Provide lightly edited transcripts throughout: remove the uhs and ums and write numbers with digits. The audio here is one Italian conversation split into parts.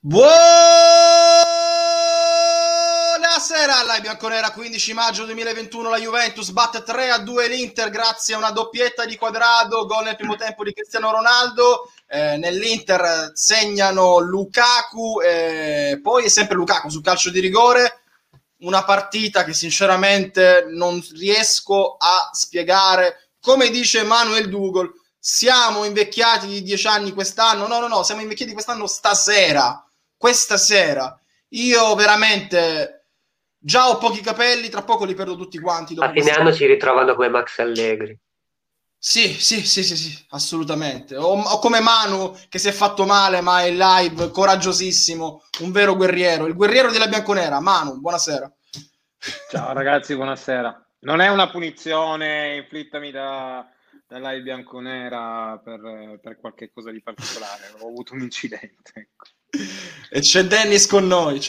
Buonasera alla bianconera. 15 maggio 2021 la Juventus batte 3-2 l'Inter grazie a una doppietta di Quadrado, gol nel primo tempo di Cristiano Ronaldo. Nell'Inter segnano Lukaku, poi è sempre Lukaku sul calcio di rigore. Una partita che sinceramente non riesco a spiegare. Come dice Manuel Dugol, siamo invecchiati di 10 anni quest'anno. No, siamo invecchiati quest'anno questa sera. Io veramente già ho pochi capelli, tra poco li perdo tutti quanti. A fine anno ci ritrovano come Max Allegri. Sì, assolutamente. O come Manu che si è fatto male, ma è in live, coraggiosissimo, un vero guerriero, il guerriero della bianconera. Manu, buonasera. Ciao ragazzi, buonasera. Non è una punizione inflittami da live bianconera per qualche cosa di particolare, ho avuto un incidente. Ecco. E c'è Dennis con noi.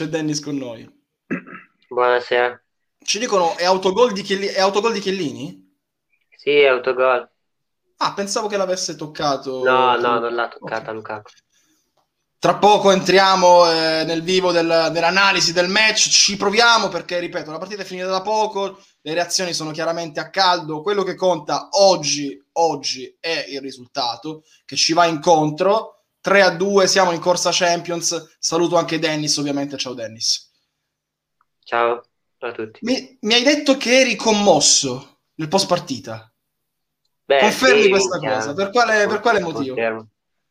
Buonasera. Ci dicono è autogol di Chiellini? Sì, è autogol. Ah, pensavo che l'avesse toccato. No, non l'ha toccata, okay. Lukaku. Tra poco entriamo nel vivo dell'analisi del match, ci proviamo perché, ripeto, la partita è finita da poco, le reazioni sono chiaramente a caldo, quello che conta oggi è il risultato che ci va incontro. 3-2, siamo in corsa Champions. Saluto anche Dennis, ovviamente. Ciao Dennis. Ciao a tutti. Mi hai detto che eri commosso nel post partita. Confermi sì, questa cosa? Per quale motivo? Confermo.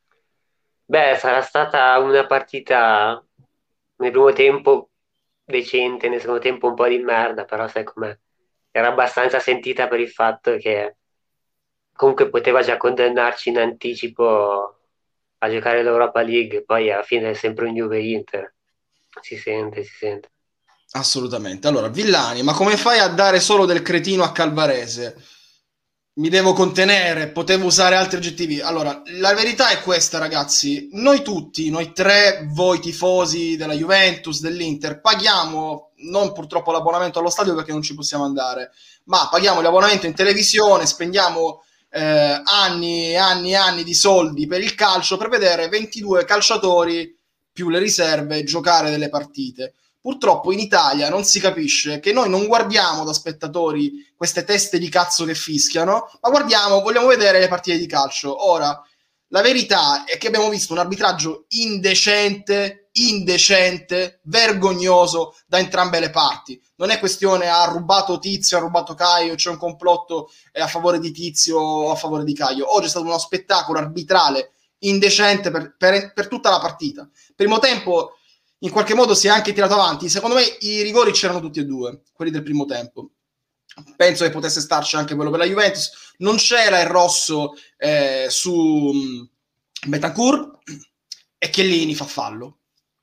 Sarà stata una partita nel primo tempo decente, nel secondo tempo un po' di merda, però sai com'è? Era abbastanza sentita per il fatto che comunque poteva già condannarci in anticipo a giocare l'Europa League, poi alla fine è sempre un Juve-Inter. Si sente. Assolutamente. Allora, Villani, ma come fai a dare solo del cretino a Calvarese? Mi devo contenere, potevo usare altri aggettivi. Allora, la verità è questa, ragazzi. Noi tutti, noi tre, voi tifosi della Juventus, dell'Inter, paghiamo, non purtroppo l'abbonamento allo stadio perché non ci possiamo andare, ma paghiamo l'abbonamento in televisione, spendiamo anni e anni di soldi per il calcio per vedere 22 calciatori più le riserve giocare delle partite. Purtroppo in Italia non si capisce che noi non guardiamo da spettatori queste teste di cazzo che fischiano, ma vogliamo vedere le partite di calcio. Ora, la verità è che abbiamo visto un arbitraggio indecente, vergognoso da entrambe le parti. Non è questione ha rubato Tizio, ha rubato Caio, c'è un complotto a favore di Tizio o a favore di Caio. Oggi è stato uno spettacolo arbitrale indecente per tutta la partita. Primo tempo in qualche modo si è anche tirato avanti. Secondo me i rigori c'erano tutti e due, quelli del primo tempo. Penso che potesse starci anche quello per la Juventus. Non c'era il rosso su Bentancur e Chiellini fa fallo.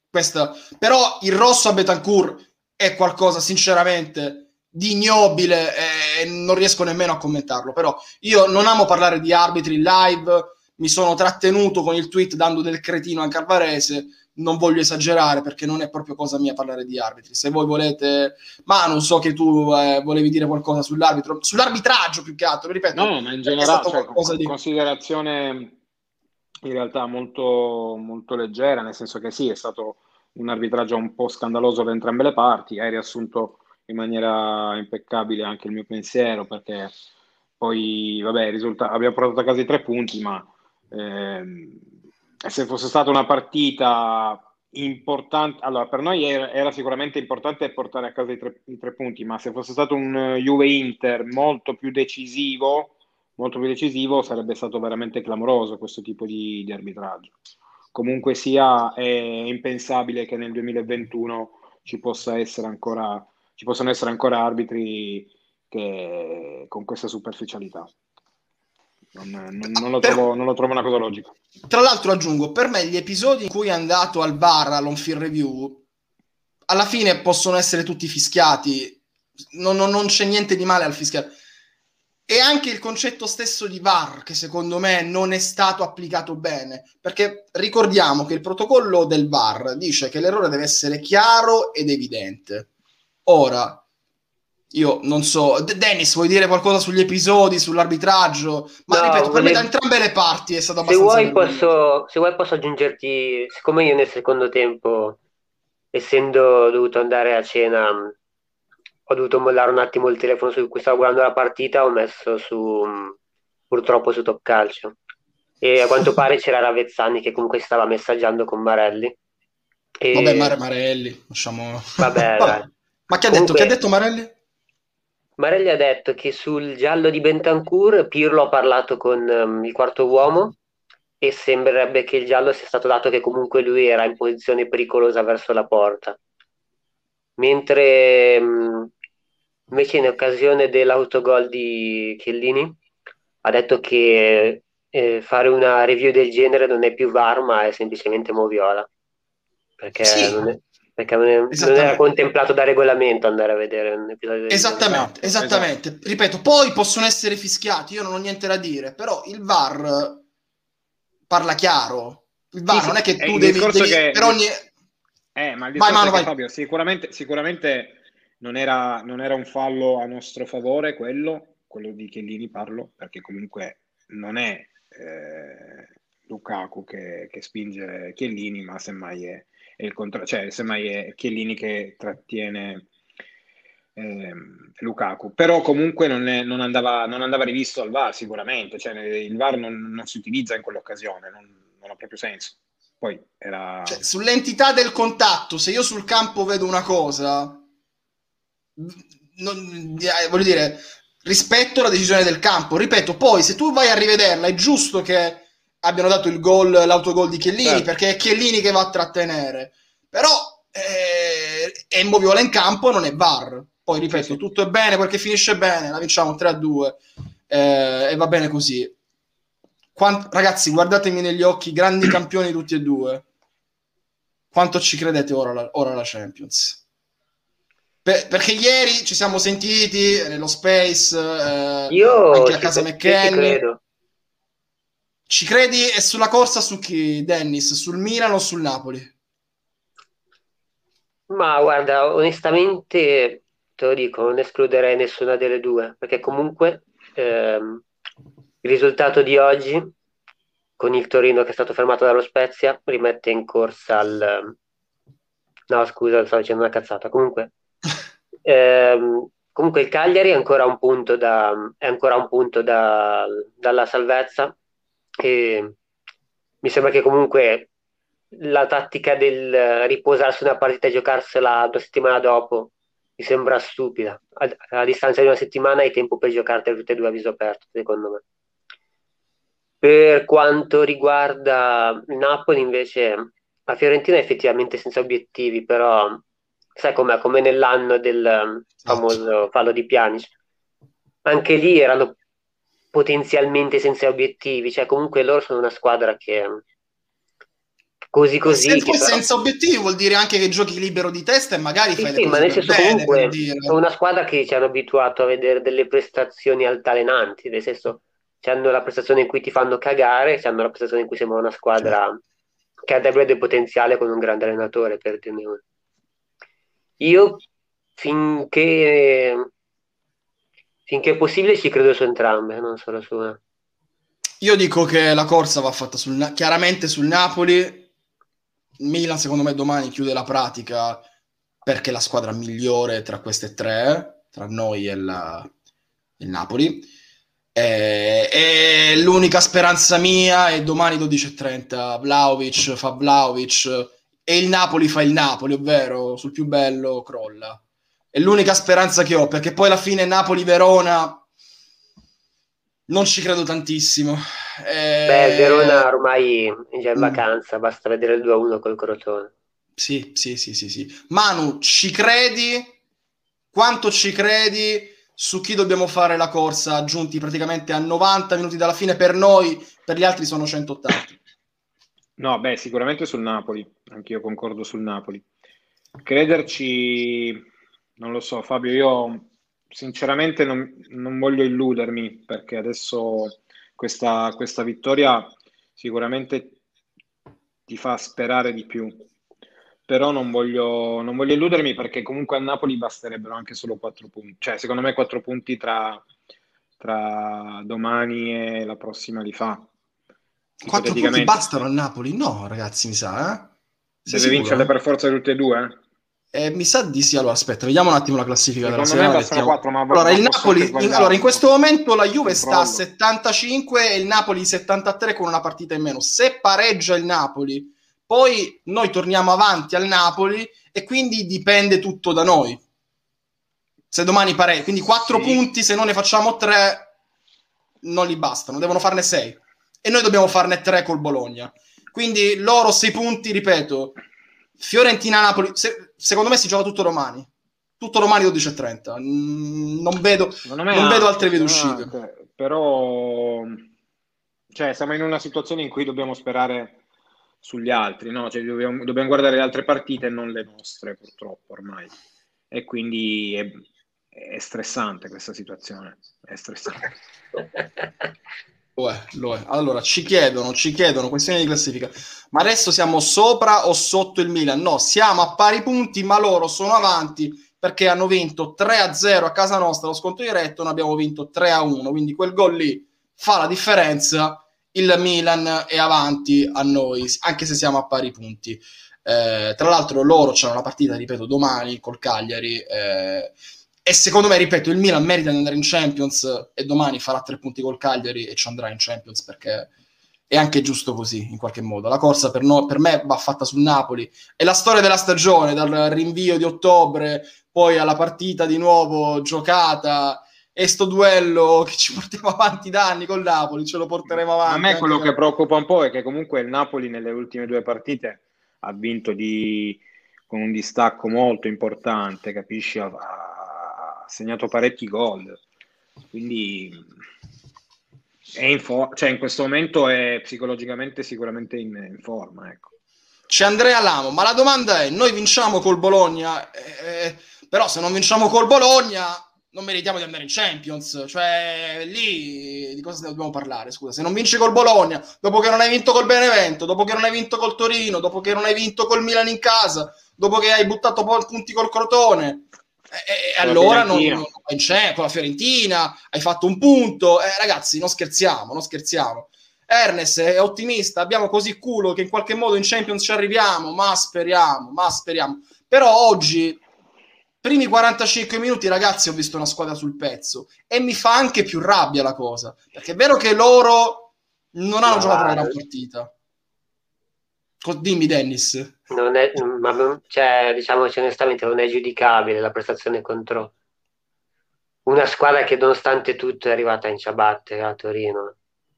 Però il rosso a Bentancur è qualcosa sinceramente di ignobile e non riesco nemmeno a commentarlo. Però io non amo parlare di arbitri in live, mi sono trattenuto con il tweet dando del cretino a Calvarese. Non voglio esagerare perché non è proprio cosa mia parlare di arbitri. Se voi volete, ma non so che tu volevi dire qualcosa sull'arbitraggio più che altro, ripeto. No, ma in generale, cioè, considerazione in realtà molto, molto leggera, nel senso che sì, è stato un arbitraggio un po' scandaloso da entrambe le parti, hai riassunto in maniera impeccabile anche il mio pensiero, perché poi, vabbè, abbiamo portato a casa i 3 punti, ma se fosse stata una partita importante, allora per noi era sicuramente importante portare a casa i tre punti, ma se fosse stato un Juve-Inter molto più decisivo sarebbe stato veramente clamoroso questo tipo di arbitraggio. Comunque sia, è impensabile che nel 2021 ci possano essere ancora arbitri con questa superficialità. Non lo trovo una cosa logica. Tra l'altro aggiungo, per me gli episodi in cui è andato al bar all'on-field review alla fine possono essere tutti fischiati, non c'è niente di male al fischiare. E anche il concetto stesso di VAR, che secondo me non è stato applicato bene, perché ricordiamo che il protocollo del VAR dice che l'errore deve essere chiaro ed evidente. Ora, Io non so. Dennis, vuoi dire qualcosa sugli episodi, sull'arbitraggio? Ma ripeto, No, per me da entrambe le parti è stato se abbastanza vuoi vergognoso. posso aggiungerti, siccome io nel secondo tempo, essendo dovuto andare a cena, ho dovuto mollare un attimo il telefono su cui stavo guardando la partita, ho messo purtroppo su Top Calcio. E a quanto pare c'era Ravezzani che comunque stava messaggiando con Marelli. Vabbè, E Marelli, lasciamo. vabbè, dai. Vabbè. Ma che ha detto? Che ha Comunque, detto Marelli? Marelli ha detto che sul giallo di Bentancur Pirlo ha parlato con il quarto uomo e sembrerebbe che il giallo sia stato dato che comunque lui era in posizione pericolosa verso la porta. Mentre invece in occasione dell'autogol di Chiellini ha detto che fare una review del genere non è più VAR ma è semplicemente moviola, perché Sì, non era esattamente. contemplato da regolamento andare a vedere un episodio del genere. Esattamente, Esatto, esatto. esattamente. Ripeto, poi possono essere fischiati, io non ho niente da dire, però il VAR parla chiaro. Il Sì, VAR non sì, è che tu il devi, discorso devi che, per ogni. ma il Vai, discorso mano, è che vai. Fabio, sicuramente non era un fallo a nostro favore quello di Chiellini parlo, perché comunque non è Lukaku che spinge Chiellini, ma semmai è il contrario, cioè semmai è Chiellini che trattiene Lukaku. Però comunque non andava rivisto al VAR sicuramente, cioè il VAR non si utilizza in quell'occasione, non ha proprio senso. Poi era. Cioè, sull'entità del contatto, se io sul campo vedo una cosa, voglio dire, rispetto la decisione del campo. Ripeto, poi se tu vai a rivederla, è giusto che abbiano dato il gol, l'autogol di Chiellini, Certo, perché è Chiellini che va a trattenere. Però è moviola in campo, non è VAR. Poi sì, ripeto, sì. tutto è bene perché finisce bene, la vinciamo 3-2 e va bene così. Ragazzi, guardatemi negli occhi, grandi campioni tutti e due. Quanto ci credete ora alla Champions? Perché ieri ci siamo sentiti nello Space, anche a casa Io ci McKenny. credo. Ci credi? E sulla corsa su chi, Dennis? Sul Milan o sul Napoli? Ma guarda, onestamente te lo dico, non escluderei nessuna delle due, perché comunque il risultato di oggi, con il Torino che è stato fermato dallo Spezia, rimette in corsa al. No, scusa, stavo dicendo una cazzata. Comunque il Cagliari è ancora un punto dalla salvezza e mi sembra che comunque la tattica del riposarsi una partita e giocarsela 2 settimane dopo mi sembra stupida. A distanza di una settimana hai tempo per giocartele tutte e due a viso aperto, secondo me. Per quanto riguarda il Napoli, invece, la Fiorentina è effettivamente senza obiettivi, però sai com'è, come nell'anno del Esatto. famoso fallo di Pjanic. Anche lì erano potenzialmente senza obiettivi, cioè comunque loro sono una squadra che così così, che Poi però. senza obiettivi vuol dire anche che giochi libero di testa e magari Sì, fai le sì, ma cose nel per senso bene, per comunque è dire. una squadra che ci hanno abituato a vedere delle prestazioni altalenanti, nel senso hanno la prestazione in cui ti fanno cagare, hanno la prestazione in cui sembra una Cioè, squadra che avrebbe del potenziale con un grande allenatore, per dirne uno. Io finché è possibile ci credo su entrambe, non solo su una. io dico che la corsa va fatta chiaramente sul Napoli. Il Milan, secondo me, domani chiude la pratica perché è la squadra migliore tra queste tre, tra noi e il Napoli. E l'unica speranza mia è domani 12:30. Vlahovic fa Vlahovic e il Napoli fa il Napoli, ovvero sul più bello crolla. È l'unica speranza che ho, perché poi alla fine Napoli-Verona non ci credo tantissimo. Beh, il Eh, Verona ormai è già in mm, vacanza, basta vedere il 2-1 col Crotone. sì, sì, sì, sì, sì. Manu, ci credi? Quanto ci credi su chi dobbiamo fare la corsa, giunti praticamente a 90 minuti dalla fine per noi, per gli altri sono 180. No, beh, sicuramente sul Napoli, anch'io concordo sul Napoli. Crederci, non lo so, Fabio, io sinceramente non voglio illudermi perché adesso questa vittoria sicuramente ti fa sperare di più. però non voglio illudermi, perché comunque a Napoli basterebbero anche solo 4 punti. Cioè, secondo me 4 punti tra domani e la prossima li fa. 4 punti Ipoteticamente. bastano a Napoli? No, ragazzi, mi sa, eh? Sei Deve vincerle sicuro? per forza tutte e due? Mi sa di sì. Allora, aspetta, vediamo un attimo la classifica della Secondo me Serie A. bastano 4, ma, Allora, il posso anche Napoli, allora, in sbagliarmi. questo momento la Juve sta a Controllo. 75 e il Napoli 73 con una partita in meno. Se pareggia il Napoli, poi noi torniamo avanti al Napoli e quindi dipende tutto da noi. Se domani pareggia, quindi 4 Sì. punti, se non ne facciamo 3, non li bastano, devono farne 6. E noi dobbiamo farne 3 col Bologna. Quindi loro 6 punti, ripeto, Fiorentina-Napoli, secondo me si gioca tutto domani. Tutto domani 12:30. Non vedo altre vie d'uscita. Però, cioè, siamo in una situazione in cui dobbiamo sperare sugli altri, no? Cioè, dobbiamo guardare le altre partite e non le nostre, purtroppo, ormai. E quindi è stressante questa situazione. È stressante. Lo è. Allora, ci chiedono questione di classifica. Ma adesso siamo sopra o sotto il Milan? No, siamo a pari punti, ma loro sono avanti perché hanno vinto 3-0 a casa nostra lo sconto diretto, noi abbiamo vinto 3-1, quindi quel gol lì fa la differenza. Il Milan è avanti a noi, anche se siamo a pari punti. Tra l'altro loro c'hanno la partita, ripeto, domani col Cagliari. E secondo me, ripeto, il Milan merita di andare in Champions e domani farà 3 punti col Cagliari e ci andrà in Champions, perché è anche giusto così, in qualche modo. La corsa per me va fatta sul Napoli. È la storia della stagione, dal rinvio di ottobre, poi alla partita di nuovo giocata, e sto duello che ci portiamo avanti da anni col Napoli, ce lo porteremo avanti. A me quello che preoccupa un po' è che comunque il Napoli nelle ultime 2 partite ha vinto con un distacco molto importante, capisci? Ha segnato parecchi gol, quindi cioè in questo momento è psicologicamente sicuramente in forma, ecco. C'è Andrea Lamo, ma la domanda è: noi vinciamo col Bologna, però se non vinciamo col Bologna non meritiamo di andare in Champions, cioè lì di cosa dobbiamo parlare? Scusa, se non vinci col Bologna, dopo che non hai vinto col Benevento, dopo che non hai vinto col Torino, dopo che non hai vinto col Milan in casa, dopo che hai buttato punti col Crotone, allora non c'è, con la Fiorentina hai fatto un punto, ragazzi, non scherziamo. Ernest è ottimista, abbiamo così culo che in qualche modo in Champions ci arriviamo, ma speriamo. Però oggi, primi 45 minuti, ragazzi, ho visto una squadra sul pezzo e mi fa anche più rabbia la cosa, perché è vero che loro non hanno giocato una gran partita. Dimmi, Dennis. Cioè, diciamoci onestamente, non è giudicabile la prestazione contro una squadra che nonostante tutto è arrivata in ciabatte a Torino.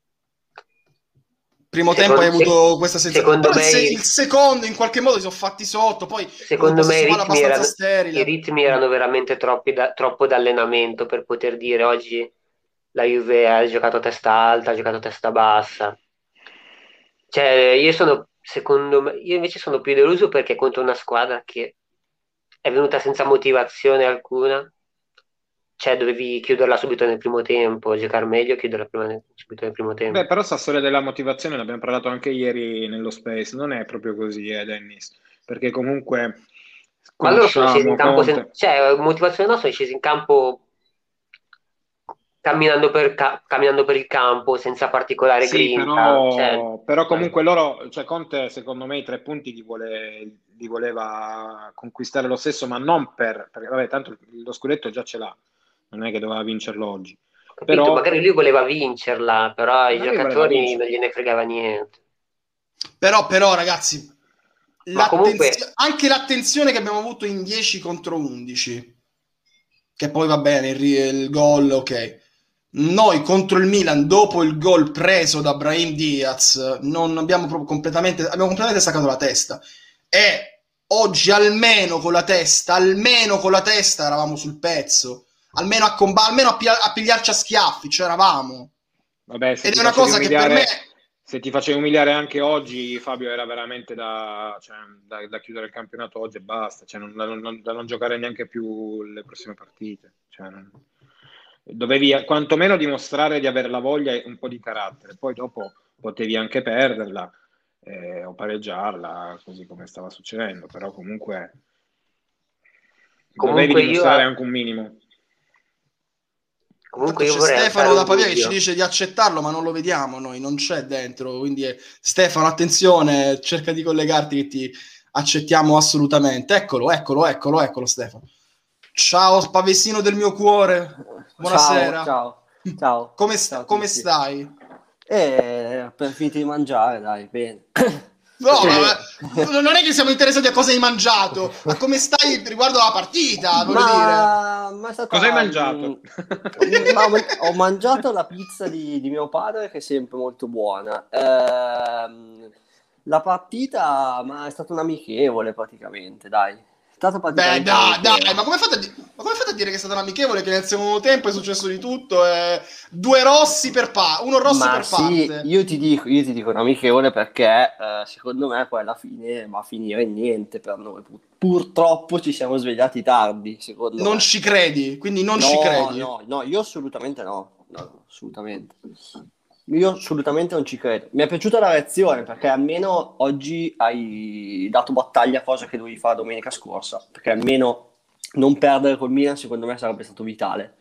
Primo tempo hai avuto questa sensazione. Però il secondo in qualche modo si sono fatti sotto. Poi secondo me i ritmi erano veramente troppo d'allenamento per poter dire oggi la Juve ha giocato a testa alta, ha giocato a testa bassa. Cioè, io invece sono più deluso perché contro una squadra che è venuta senza motivazione alcuna. Cioè, dovevi chiuderla subito nel primo tempo, giocare meglio e chiuderla subito nel primo tempo. Beh, però sta storia della motivazione, ne abbiamo parlato anche ieri nello Space, non è proprio così, Dennis, perché comunque ma loro sono scesi in campo, Conte. Motivazione no, sono scesi in campo camminando per il campo senza particolare sì, grinta. Però comunque loro, cioè Conte secondo me i 3 punti li voleva conquistare lo stesso, ma non perché vabbè, tanto lo scudetto già ce l'ha, non è che doveva vincerlo oggi. Capito? Però, magari lui voleva vincerla, però ai giocatori non vincerla. gliene fregava niente. Però ragazzi, anche l'attenzione che abbiamo avuto in 10 contro 11, che poi va bene, il gol, ok. Noi contro il Milan, dopo il gol preso da Brahim Diaz, non abbiamo proprio completamente staccato la testa. E oggi almeno con la testa eravamo sul pezzo. Almeno a pigliarci a schiaffi, c'eravamo. Vabbè, ed è una cosa che per me... Se ti facevi umiliare anche oggi, Fabio, era veramente da chiudere il campionato oggi e basta, cioè da non giocare neanche più le prossime partite. Cioè, dovevi quantomeno dimostrare di avere la voglia e un po' di carattere, poi dopo potevi anche perderla, o pareggiarla, così come stava succedendo, però comunque dovevi Comunque io, dimostrare anche un minimo. Intanto comunque io c'è vorrei alzare Stefano da un Pavia che ci dubbio. dice di accettarlo, ma non lo vediamo noi, non c'è dentro. Quindi Stefano, attenzione, cerca di collegarti che ti accettiamo assolutamente. Eccolo, Stefano. Ciao, pavesino del mio cuore. Ciao, Buonasera. ciao, ciao, Come, ciao a come tutti. stai? Appena finito di mangiare, dai, bene. No, Cioè, non è che siamo interessati a cosa hai mangiato, a come stai riguardo alla partita, voglio dire. ma è stata... Cosa hai mangiato? Ho mangiato la pizza di mio padre, che è sempre molto buona. La partita, ma è stata un amichevole praticamente, dai. È stata Beh, praticamente dai, amichevole. ma come fate a dire che è stato un amichevole, che nel secondo tempo è successo di tutto? Due rossi per uno rosso Ma per sì, parte. io ti dico un amichevole perché secondo me poi alla fine va a finire in niente per noi. Purtroppo ci siamo svegliati tardi, secondo Non me. ci credi, quindi non ci No, credi. no, io assolutamente no. No, assolutamente. Io assolutamente non ci credo. Mi è piaciuta la reazione perché almeno oggi hai dato battaglia, cosa che dovevi fare domenica scorsa, perché almeno non perdere col Milan secondo me sarebbe stato vitale.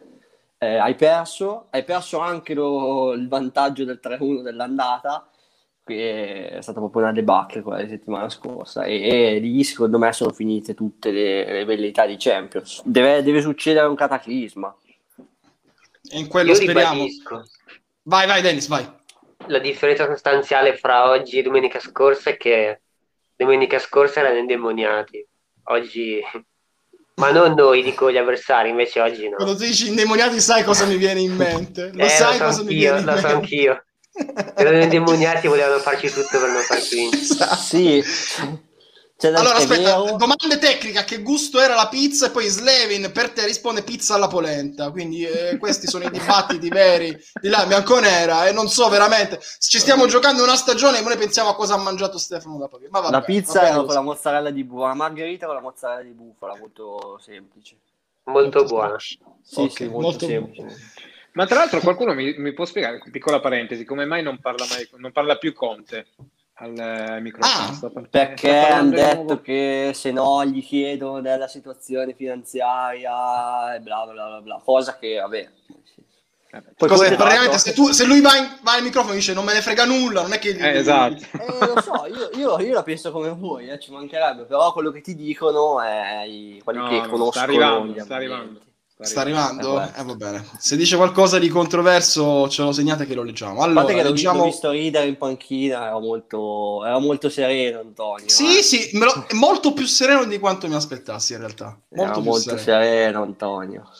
Hai perso anche il vantaggio del 3-1 dell'andata, che è stata proprio una debacle quella di settimana scorsa, e lì secondo me sono finite tutte le velleità di Champions. Deve succedere un cataclisma. E in quello Io speriamo. ribadisco, Vai, Dennis, vai. la differenza sostanziale fra oggi e domenica scorsa è che domenica scorsa erano indemoniati, oggi, ma non noi, dico gli avversari, invece oggi no. Quando tu dici indemoniati sai cosa mi viene in mente. Lo sai cosa mi viene in Lo so mente. anch'io. Erano indemoniati e volevano farci tutto per non farci vincere. Sì, Allora, è aspetta, vero. domande tecnica, che gusto era la pizza? E poi Slevin per te risponde pizza alla polenta. Quindi questi sono i dibattiti veri di là, bianconera. E non so veramente, ci stiamo giocando una stagione e noi pensiamo a cosa ha mangiato Stefano da Pavia. Ma La vabbè, pizza va bene era con così. la mozzarella di bufala, la margherita con la mozzarella di bufala, molto semplice. Molto buona. semplice. Sì, Ok, sì, molto molto semplice. Ma tra l'altro qualcuno mi può spiegare, piccola parentesi, come mai non parla più Conte al microfono? Perché sta hanno parlando di detto nuovo? che se no gli chiedono della situazione finanziaria e bla bla bla bla, cosa che vabbè. Poi Cos'è? Conte, tra Praticamente l'altro, se lui va al microfono e dice non me ne frega nulla, non è che Esatto. lo so, io la penso come voi, ci mancherebbe, però quello che ti dicono è quelli che No, sta conoscono gli arrivando, sta arrivando. ambienti. Sta arrivando? Questo. Va bene. Se dice qualcosa di controverso, ce lo segnate che lo leggiamo. A parte Allora, che l'ho leggiamo. visto ridere in panchina, era molto sereno Antonio. Sì, sì, è molto più sereno di quanto mi aspettassi in realtà. Era Molto più molto sereno. sereno Antonio.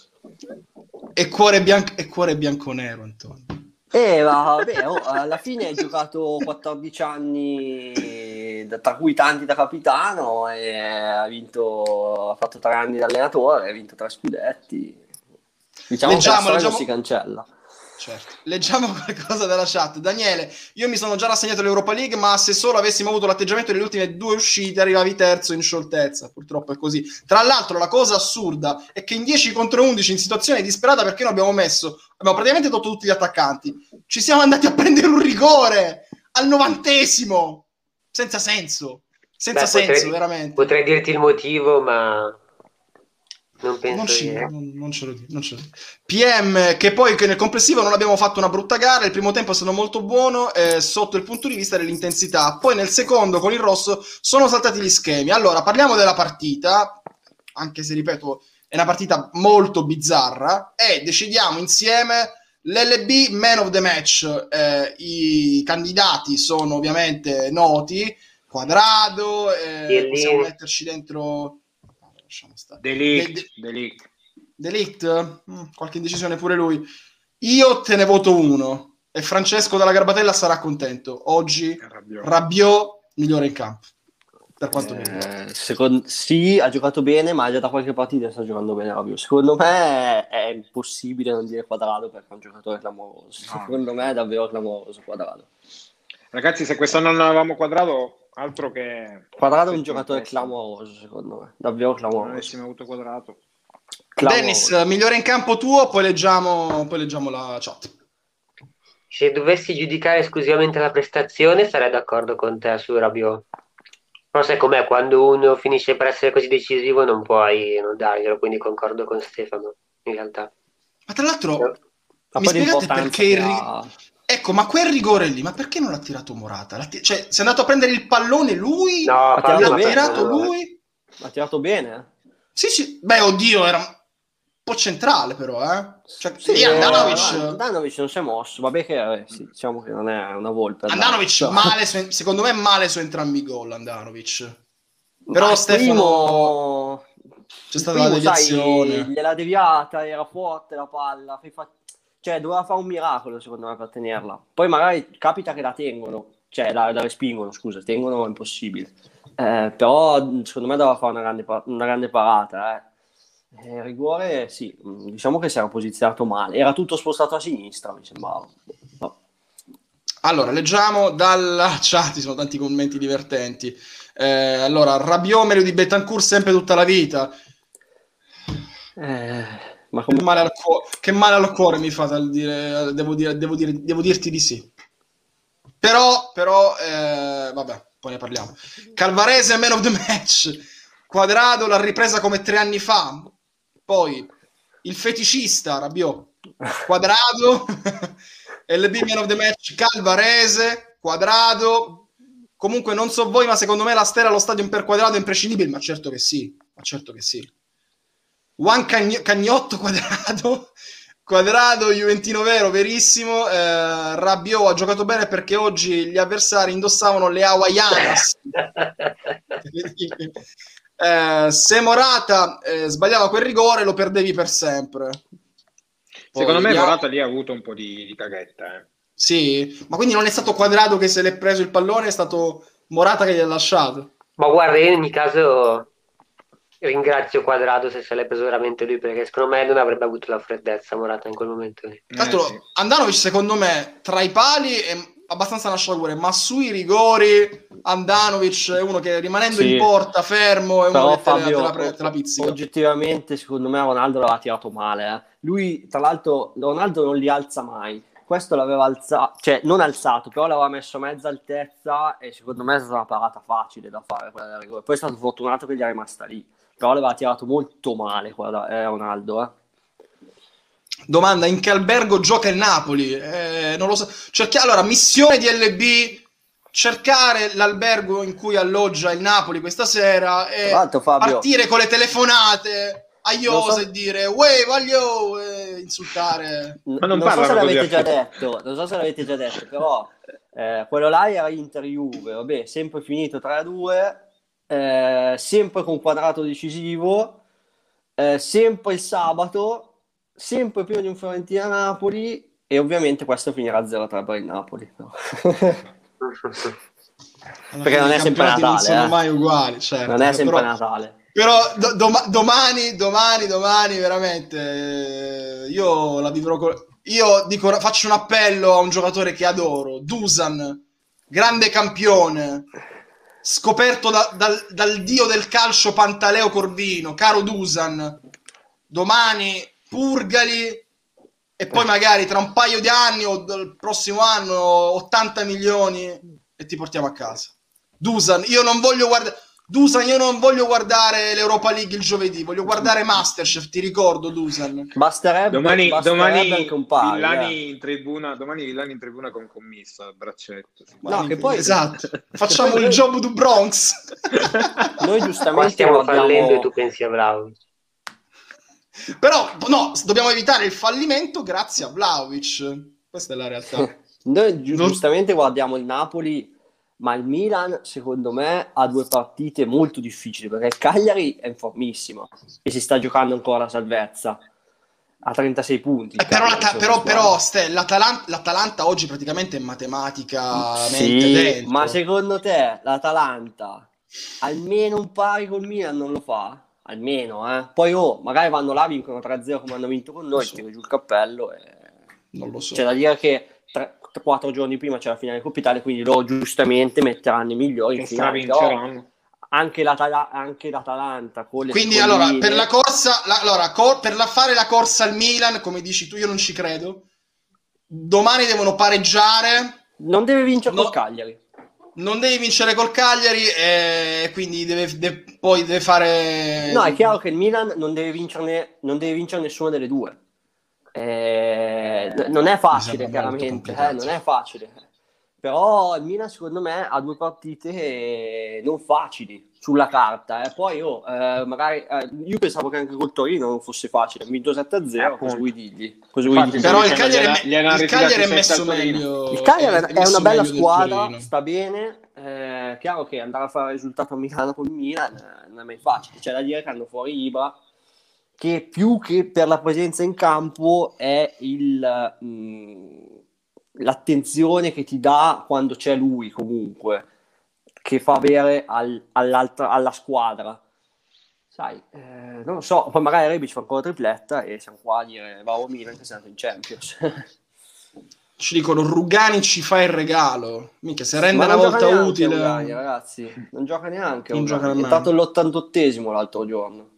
E cuore bianco-nero, Antonio. Vabbè, alla fine hai giocato 14 anni, tra cui tanti da capitano, e ha fatto 3 anni da allenatore, ha vinto 3 scudetti. Diciamo che la storia non si cancella. Certo. Leggiamo qualcosa dalla chat. Daniele, io mi sono già rassegnato all'Europa League, ma se solo avessimo avuto l'atteggiamento delle ultime 2 uscite arrivavi terzo in scioltezza. Purtroppo è così. Tra l'altro la cosa assurda è che in 10 contro 11 in situazione disperata, perché noi abbiamo praticamente tolto tutti gli attaccanti. Ci siamo andati a prendere un rigore al 90esimo. Senza senso. Veramente. Potrei dirti il motivo, ma non penso non ce lo dico. PM, che poi che nel complessivo non abbiamo fatto una brutta gara, il primo tempo è stato molto buono sotto il punto di vista dell'intensità, poi nel secondo con il rosso sono saltati gli schemi. Allora, parliamo della partita, anche se ripeto è una partita molto bizzarra, e decidiamo insieme l'LB Man of the Match. I candidati sono ovviamente noti, Quadrado, possiamo metterci dentro... Delict? Qualche indecisione pure lui. Io te ne voto uno e Francesco dalla Garbatella sarà contento. Oggi Rabiot migliore in campo, per quanto mi riguarda. Sì, ha giocato bene, ma già da qualche partita sta giocando bene Rabiot. Secondo me è impossibile non dire Quadrado perché è un giocatore clamoroso. Secondo me è davvero clamoroso Quadrado. Ragazzi, se quest'anno non avevamo Quadrado, altro che... Quadrado è un giocatore clamoroso, secondo me, davvero clamoroso. Non avessimo avuto Quadrato. Dennis, migliore in campo tuo, poi leggiamo la chat. Se dovessi giudicare esclusivamente la prestazione, sarei d'accordo con te su Rabiot. Però sai com'è, quando uno finisce per essere così decisivo non puoi non darglielo, quindi concordo con Stefano, in realtà. Ma tra l'altro, Ma mi poi spiegate l'importanza perché che ha... Ecco, ma quel rigore lì, ma perché non l'ha tirato Morata? Cioè, si è andato a prendere il pallone lui? No, Ha Fabio, tirato L'ha ma per bene, tirato favore. lui? ha tirato bene. Sì, sì. Beh, oddio, era un po' centrale però, eh. Cioè, Sì, lì Andanovic... Andanovic non si è mosso, vabbè che sì, diciamo che non è una volpe. Andanovic Però- male, secondo me male su entrambi i gol, Andanovic. Ma Però Stefano... C'è il stata la primo, sai, deviazione. gliela deviata, era forte la palla, cioè doveva fare un miracolo secondo me per tenerla. Poi magari capita che la tengono, cioè la respingono, scusa, tengono è impossibile. Però secondo me doveva fare una grande parata. Rigore, sì, diciamo che si era posizionato male, era tutto spostato a sinistra, mi sembrava. No. Allora, leggiamo dalla chat, ci sono tanti commenti divertenti. Allora, Rabiot meglio di Betancourt sempre tutta la vita. Ma come... Che male al cuore mi fa dal dire, devo dirti di sì. Però, vabbè, poi ne parliamo. Calvarese man of the match. Quadrado l'ha ripresa come 3 anni fa. Poi il feticista Rabiot. Quadrado LB man of the match Calvarese. Quadrado. Comunque non so voi, ma secondo me la stella allo stadio per Quadrado è imprescindibile. Ma certo che sì. Ma certo che sì. Juan Cagnotto Quadrado Juventino vero, verissimo. Rabiot ha giocato bene perché oggi gli avversari indossavano le Hawaianas. Se Morata sbagliava quel rigore lo perdevi per sempre. Poi, Secondo me vediamo. Morata lì ha avuto un po' di caghetta. Sì, ma quindi non è stato Quadrado che se l'è preso il pallone, è stato Morata che gli ha lasciato. Ma guarda, io in ogni caso ringrazio Quadrado se l'è preso veramente lui, perché secondo me non avrebbe avuto la freddezza Morata in quel momento lì. Tra l'altro, Sì. Andanovic secondo me tra i pali è abbastanza una sciagura, ma sui rigori Andanovic è uno che rimanendo Sì. in porta fermo è uno Però che Fabio, te la pizzica. oggettivamente secondo me Ronaldo l'aveva tirato male. Lui, tra l'altro, Ronaldo non li alza mai. Questo l'aveva alzato, cioè non alzato, però l'aveva messo a mezza altezza e secondo me è stata una parata facile da fare quella del rigore. Poi è stato fortunato che gli è rimasta lì, però l'aveva tirato molto male Ronaldo. Domanda, in che albergo gioca il Napoli? Non lo so. Allora, missione di LB, cercare l'albergo in cui alloggia il Napoli questa sera e Tra l'altro, Fabio, partire con le telefonate a non Iosa so- e dire "Uè, voglio", e insultare. Ma non non so se parlano così l'avete a già detto, non so se l'avete già detto, però quello là era Inter-Juve, vabbè, sempre finito 3-2, sempre con Quadrato decisivo, sempre il sabato, sempre prima di un Fiorentina-Napoli e ovviamente questo finirà 0-3 per il Napoli. No? Perché non I è sempre campionati non sono Natale, mai uguali, certo. non è sempre Però, Natale. però domani veramente io la vivrò io dico, faccio un appello a un giocatore che adoro, Dusan, grande campione, scoperto dal dio del calcio Pantaleo Corvino, caro Dusan, domani purgali e poi magari tra un paio di anni o il prossimo anno 80 milioni e ti portiamo a casa. Dusan, io non voglio guardare l'Europa League il giovedì, voglio guardare Masterchef, ti ricordo Dusan. Basterebbe anche un paio. Villani in tribuna, domani Villani in tribuna con commesso a braccetto. No, che poi esatto, facciamo il job du Bronx. Noi Qua giustamente stiamo fallendo e guardiamo... tu pensi a Vlahovic. Però no, dobbiamo evitare il fallimento grazie a Vlahovic. Questa è la realtà. Noi giustamente guardiamo il Napoli, ma il Milan secondo me ha 2 partite molto difficili perché il Cagliari è in formissimo e si sta giocando ancora la salvezza a 36 punti. Però l'Atalanta oggi praticamente è matematicamente sì, dentro. ma secondo te l'Atalanta almeno un pari col Milan non lo fa? Almeno, Poi magari vanno là, vincono 3-0 come hanno vinto con noi, tiro giù il cappello e... Non lo so. C'è da dire che 4 giorni prima c'è la finale Coppa Italia, quindi loro giustamente metteranno i migliori in finale. Stravinceranno. Anche l'Atalanta con le quindi seconde allora linee... per la corsa per fare la corsa al Milan, come dici tu, io non ci credo. domani devono pareggiare. Non deve vincere No. col Cagliari. Non devi vincere col Cagliari e quindi poi deve fare... No, è chiaro che il Milan non deve vincere nessuna delle due. Non è facile, Mi sembra molto chiaramente, complicato. non è facile. Però il Milan, secondo me, ha 2 partite non facili sulla carta. Poi magari io pensavo che anche col Torino non fosse facile. Ha vinto 7-0, cosa vuoi dirgli? Infatti, Però il dicendo, Cagliari, gliel'hanno il ritirati Cagliari è 7 messo al Torino. meglio. Il Cagliari è messo una bella meglio del squadra, Torino. sta bene. Chiaro che andare a fare il risultato a Milano con il Milan non è mai facile. C'è da dire che hanno fuori Ibra, che più che per la presenza in campo è l'attenzione che ti dà quando c'è lui, comunque, che fa avere alla squadra. Sai, non lo so, poi magari Rebic fa ancora tripletta e siamo qua a dire bravo Milan che siamo in Champions. Ci dicono Rugani ci fa il regalo. Minchia, se rende Ma una non gioca volta neanche utile. Rugani, ragazzi, non gioca neanche Non Rugani. gioca È nemmeno. entrato all'88esimo l'altro giorno.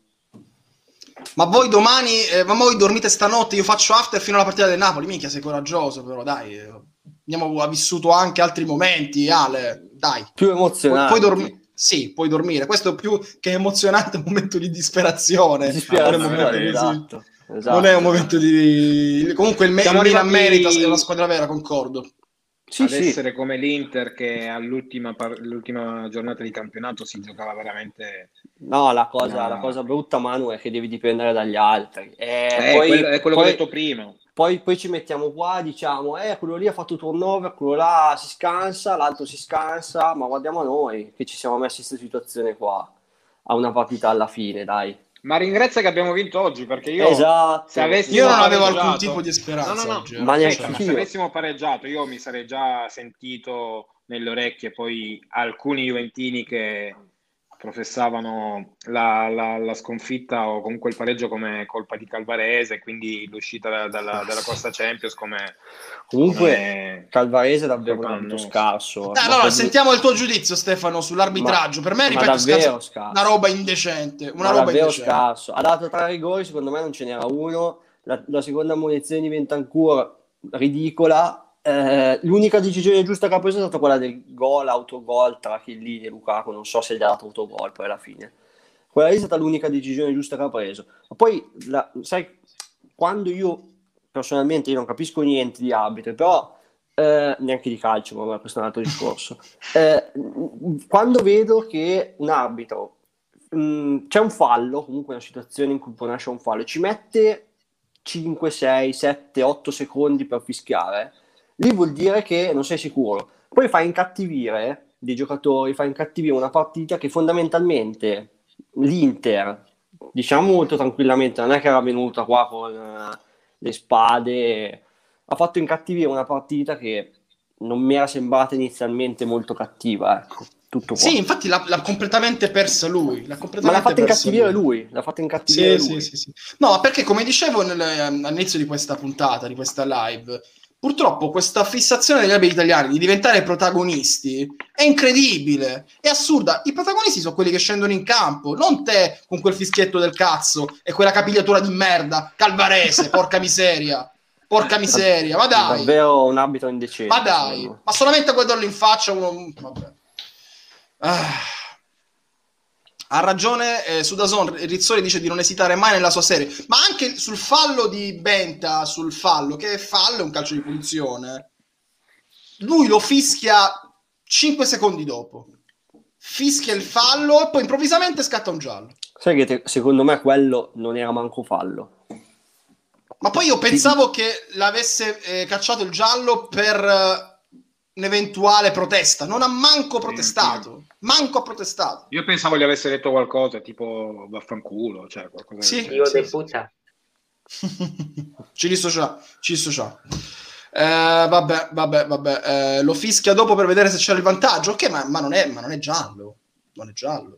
Ma voi domani, ma voi dormite stanotte, io faccio after fino alla partita del Napoli. Minchia, sei coraggioso, però dai. Ha vissuto anche altri momenti, Ale. Dai. Più emozionante. Sì, puoi dormire. Questo più che emozionante è un momento di disperazione. Disperazione, Non è un momento di- esatto. Non è un momento di... Comunque il Siamo Milan arrivati- merita, è una squadra vera, concordo. Sì, ad sì. essere come l'Inter che all'ultima giornata di campionato si giocava veramente. No, la cosa brutta, Manu, è che devi dipendere dagli altri. Poi, È quello che ho detto prima. Poi ci mettiamo qua, diciamo, quello lì ha fatto turnover, quello là si scansa, l'altro si scansa, ma guardiamo noi che ci siamo messi in questa situazione qua, a una partita alla fine, dai. Ma ringrazia che abbiamo vinto oggi, perché io Esatto. se avessimo Io non avevo pareggiato- alcun tipo di speranza No. oggi. Ma neanche Aspetta, io. se avessimo pareggiato io mi sarei già sentito nelle orecchie poi alcuni juventini che professavano la sconfitta o comunque il pareggio come colpa di Calvarese, quindi l'uscita dalla Costa Champions come Calvarese è davvero colpa un arbitro nostra. scarso. Allora, sentiamo il tuo giudizio, Stefano, sull'arbitraggio. Per me, ripeto, davvero scarso. scarso. Una roba indecente. Ma davvero scarso. Ha dato 3 rigori, secondo me non ce n'era uno. La seconda ammonizione di Bentancur ridicola. L'unica decisione giusta che ha preso è stata quella del gol, autogol tra Chiellini e Lukaku. Non so se gli ha dato autogol poi alla fine. Quella lì è stata l'unica decisione giusta che ha preso. Ma poi, sai, quando personalmente io non capisco niente di arbitri, però neanche di calcio, ma questo è un altro discorso. Quando vedo che un arbitro c'è un fallo, comunque una situazione in cui può nascere un fallo, ci mette 5, 6, 7, 8 secondi per fischiare, lì vuol dire che non sei sicuro. Poi fai incattivire dei giocatori, fai incattivire una partita che fondamentalmente l'Inter, diciamo molto tranquillamente, non è che era venuta qua con le spade, ha fatto incattivire una partita che non mi era sembrata inizialmente molto cattiva, ecco. Tutto qua. Sì, infatti l'ha completamente persa lui. Ma l'ha fatto incattivire lui. L'ha fatto incattivire lui. Sì. No, perché come dicevo all'inizio di questa puntata, di questa live, purtroppo questa fissazione degli arbitri italiani di diventare protagonisti è incredibile, è assurda. I protagonisti sono quelli che scendono in campo, non te con quel fischietto del cazzo e quella capigliatura di merda, Calvarese, porca miseria. Porca miseria, ma dai. Davvero un arbitro indecente. Ma dai, ma solamente a guardarlo in faccia uno... Vabbè. Ha ragione su DAZN, Rizzoli dice di non esitare mai nella sua serie, ma anche sul fallo di Benta, sul fallo, che fallo è un calcio di punizione, lui lo fischia 5 secondi dopo, fischia il fallo e poi improvvisamente scatta un giallo. Sai che secondo me quello non era manco fallo. Ma poi io pensavo che l'avesse cacciato il giallo per un'eventuale protesta, non ha manco protestato. Manco ha protestato. Io pensavo gli avesse detto qualcosa tipo vaffanculo, cioè qualcosa. Sì, Io de puta. Ci dissocia. Vabbè. Lo fischia dopo per vedere se c'era il vantaggio. Ok, ma non è giallo. Non è giallo.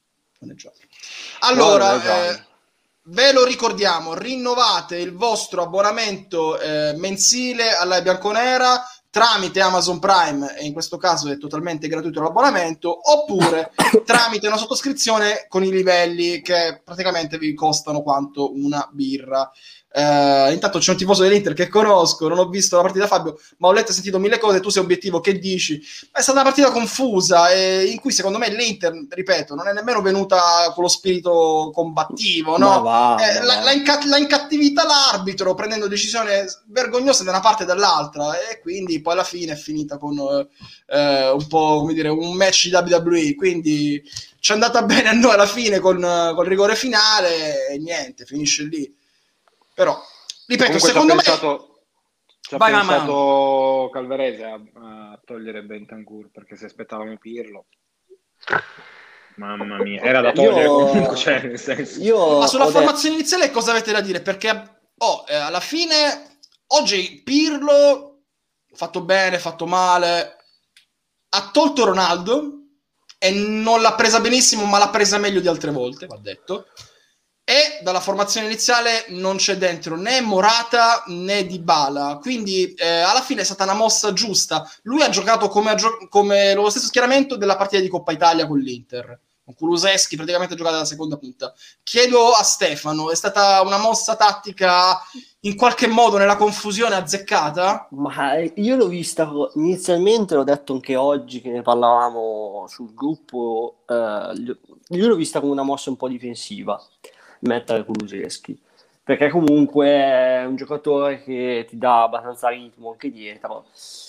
Allora, ve lo ricordiamo, rinnovate il vostro abbonamento mensile alla Bianconera tramite Amazon Prime, e in questo caso è totalmente gratuito l'abbonamento, oppure tramite una sottoscrizione con i livelli che praticamente vi costano quanto una birra. Intanto c'è un tifoso dell'Inter che conosco, non ho visto la partita Fabio, ma ho letto e sentito mille cose. Tu sei obiettivo, che dici? È stata una partita confusa in cui secondo me l'Inter, ripeto, non è nemmeno venuta con lo spirito combattivo, no? L'ha incattivita l'arbitro prendendo decisioni vergognose da una parte e dall'altra, e quindi poi alla fine è finita con un po', come dire, un match di WWE. Quindi ci è andata bene a noi alla fine col rigore finale e niente, finisce lì. Però, ripeto, comunque secondo me... Ci ha pensato Calvarese a togliere Bentancur, perché se aspettavamo Pirlo... Mamma mia, era da togliere comunque, cioè, nel senso... Ma sulla formazione iniziale cosa avete da dire? Perché alla fine, oggi Pirlo, fatto bene, fatto male, ha tolto Ronaldo e non l'ha presa benissimo, ma l'ha presa meglio di altre volte, va detto. E dalla formazione iniziale non c'è dentro né Morata né Dybala, quindi alla fine è stata una mossa giusta. Lui ha giocato come lo stesso schieramento della partita di Coppa Italia con l'Inter, con Kulusevski praticamente ha giocato alla seconda punta. Chiedo a Stefano, è stata una mossa tattica in qualche modo nella confusione azzeccata? Ma io l'ho vista inizialmente, l'ho detto anche oggi che ne parlavamo sul gruppo, io l'ho vista come una mossa un po' difensiva, mettere Kulusevski, perché comunque è un giocatore che ti dà abbastanza ritmo anche dietro.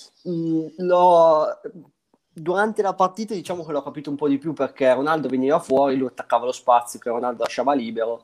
Durante la partita diciamo che l'ho capito un po' di più, perché Ronaldo veniva fuori, lui attaccava lo spazio che Ronaldo lasciava libero,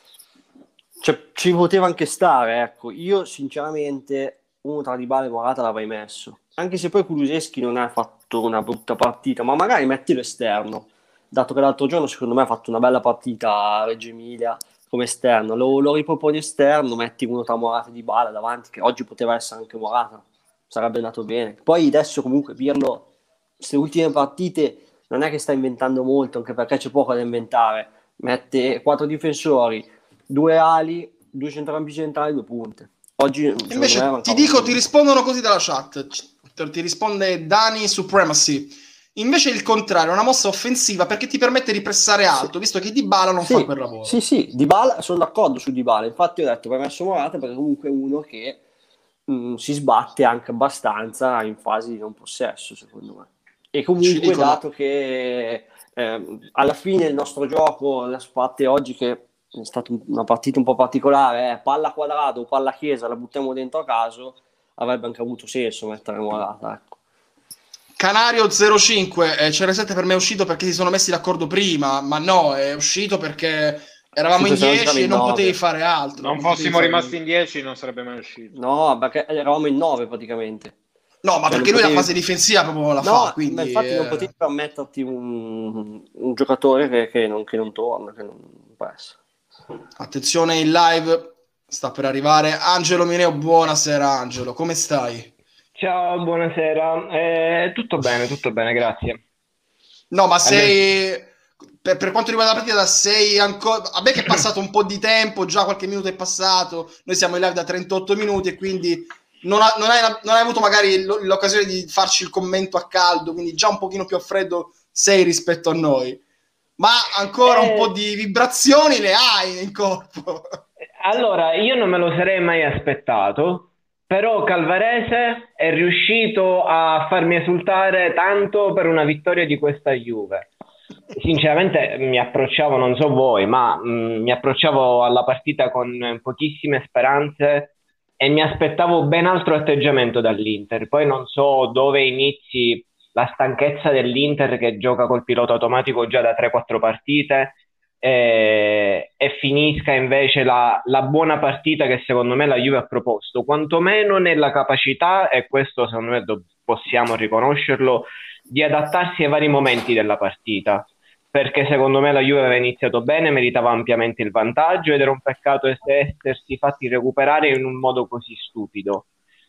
cioè, ci poteva anche stare, ecco. Io sinceramente uno tra Dybala e Morata l'avrei messo, anche se poi Kulusevski non ha fatto una brutta partita, ma magari mettilo esterno, dato che l'altro giorno secondo me ha fatto una bella partita a Reggio Emilia come esterno, lo riproponi esterno, metti uno tra Morata e Dybala davanti, che oggi poteva essere anche Morata, sarebbe andato bene. Poi adesso comunque Pirlo, queste ultime partite non è che sta inventando molto, anche perché c'è poco da inventare, mette 4 difensori, 2 ali, 2 centrocampisti centrali, 2 punte. Oggi invece ti rispondono così dalla chat, ti risponde Dani Supremacy. Invece il contrario, è una mossa offensiva perché ti permette di pressare alto, visto che Dybala non fa quel lavoro. Sì, Dybala, sono d'accordo su Dybala, infatti ho detto che ho messo Morata perché comunque è uno che si sbatte anche abbastanza in fasi di non possesso, secondo me. E comunque dato che alla fine il nostro gioco, le spatte oggi che è stata una partita un po' particolare, palla quadrato, palla chiesa, la buttiamo dentro a caso, avrebbe anche avuto senso mettere Morata, ecco. Canario 05, CR7 per me è uscito perché si sono messi d'accordo prima, ma no, è uscito perché eravamo in 10 e non potevi fare altro. Non fossimo rimasti in 10 non sarebbe mai uscito. No, perché eravamo in 9 praticamente. No, ma perché lui la fase difensiva proprio la fa, quindi... ma infatti non potevi permetterti un giocatore che non torna, che non può essere. Attenzione, in live sta per arrivare Angelo Mineo. Buonasera Angelo, come stai? Ciao, buonasera. Tutto bene, grazie. No, ma sei... Per quanto riguarda la partita, sei ancora... A me che è passato un po' di tempo, già qualche minuto è passato, noi siamo in live da 38 minuti e quindi non hai avuto magari l'occasione di farci il commento a caldo, quindi già un pochino più a freddo sei rispetto a noi. Ma ancora un po' di vibrazioni le hai nel corpo. Allora, io non me lo sarei mai aspettato, però Calvarese è riuscito a farmi esultare tanto per una vittoria di questa Juve. Sinceramente mi approcciavo, non so voi, ma mi approcciavo alla partita con pochissime speranze e mi aspettavo ben altro atteggiamento dall'Inter. Poi non so dove inizi la stanchezza dell'Inter che gioca col pilota automatico già da 3-4 partite e finisca invece la buona partita che secondo me la Juve ha proposto, quantomeno nella capacità, e questo secondo me possiamo riconoscerlo, di adattarsi ai vari momenti della partita, perché secondo me la Juve aveva iniziato bene, meritava ampiamente il vantaggio ed era un peccato essersi fatti recuperare in un modo così stupido.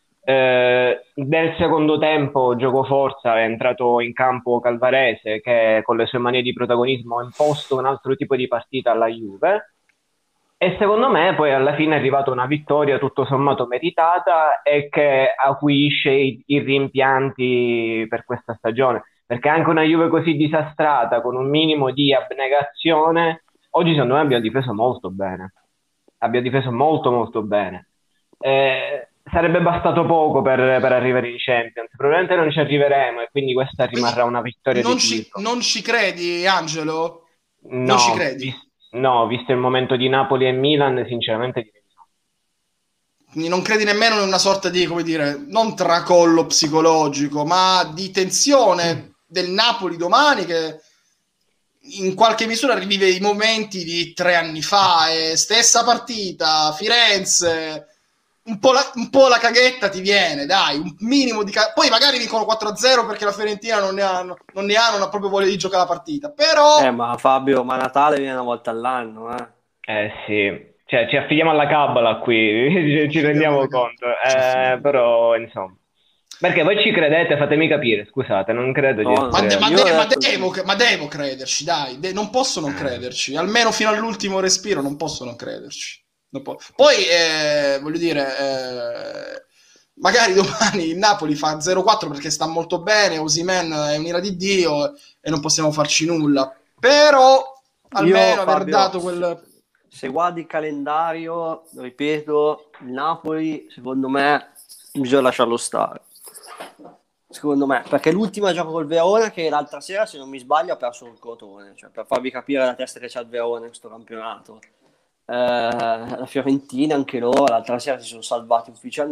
Nel secondo tempo gioco forza, è entrato in campo Calvarese che con le sue manie di protagonismo ha imposto un altro tipo di partita alla Juve e secondo me poi alla fine è arrivata una vittoria tutto sommato meritata e che acuisce i rimpianti per questa stagione, perché anche una Juve così disastrata con un minimo di abnegazione oggi secondo me abbiamo difeso molto bene. abbia difeso molto molto bene. Sarebbe bastato poco per arrivare in Champions, probabilmente non ci arriveremo e quindi questa rimarrà una vittoria di tifo. Non ci credi, Angelo? Non No, ci credi? no, visto il momento di Napoli e Milan, sinceramente direi no. Quindi non credi nemmeno in una sorta di, come dire, non tracollo psicologico, ma di tensione del Napoli domani che in qualche misura rivive i momenti di 3 anni fa, stessa partita, Firenze, un po' la caghetta ti viene, dai, un minimo di poi magari vincono 4-0 perché la Fiorentina non ha proprio voglia di giocare la partita, però Ma Fabio, ma Natale viene una volta all'anno, sì, cioè ci affidiamo alla cabala qui, ci rendiamo conto, però insomma, perché voi ci credete, fatemi capire, scusate, non credo di No, essere... ma devo crederci, dai, non posso non crederci, almeno fino all'ultimo respiro non posso non crederci. Poi voglio dire, magari domani il Napoli fa 0-4 perché sta molto bene, Osimhen è un'ira di Dio e non possiamo farci nulla, però almeno aver Fabio, dato quel... Se guardi il calendario, ripeto, il Napoli secondo me bisogna lasciarlo stare, secondo me, perché l'ultima gioco col Verona, che l'altra sera se non mi sbaglio ha perso il Crotone, cioè per farvi capire la testa che c'ha il Verona in questo campionato. La Fiorentina anche loro l'altra sera si sono salvati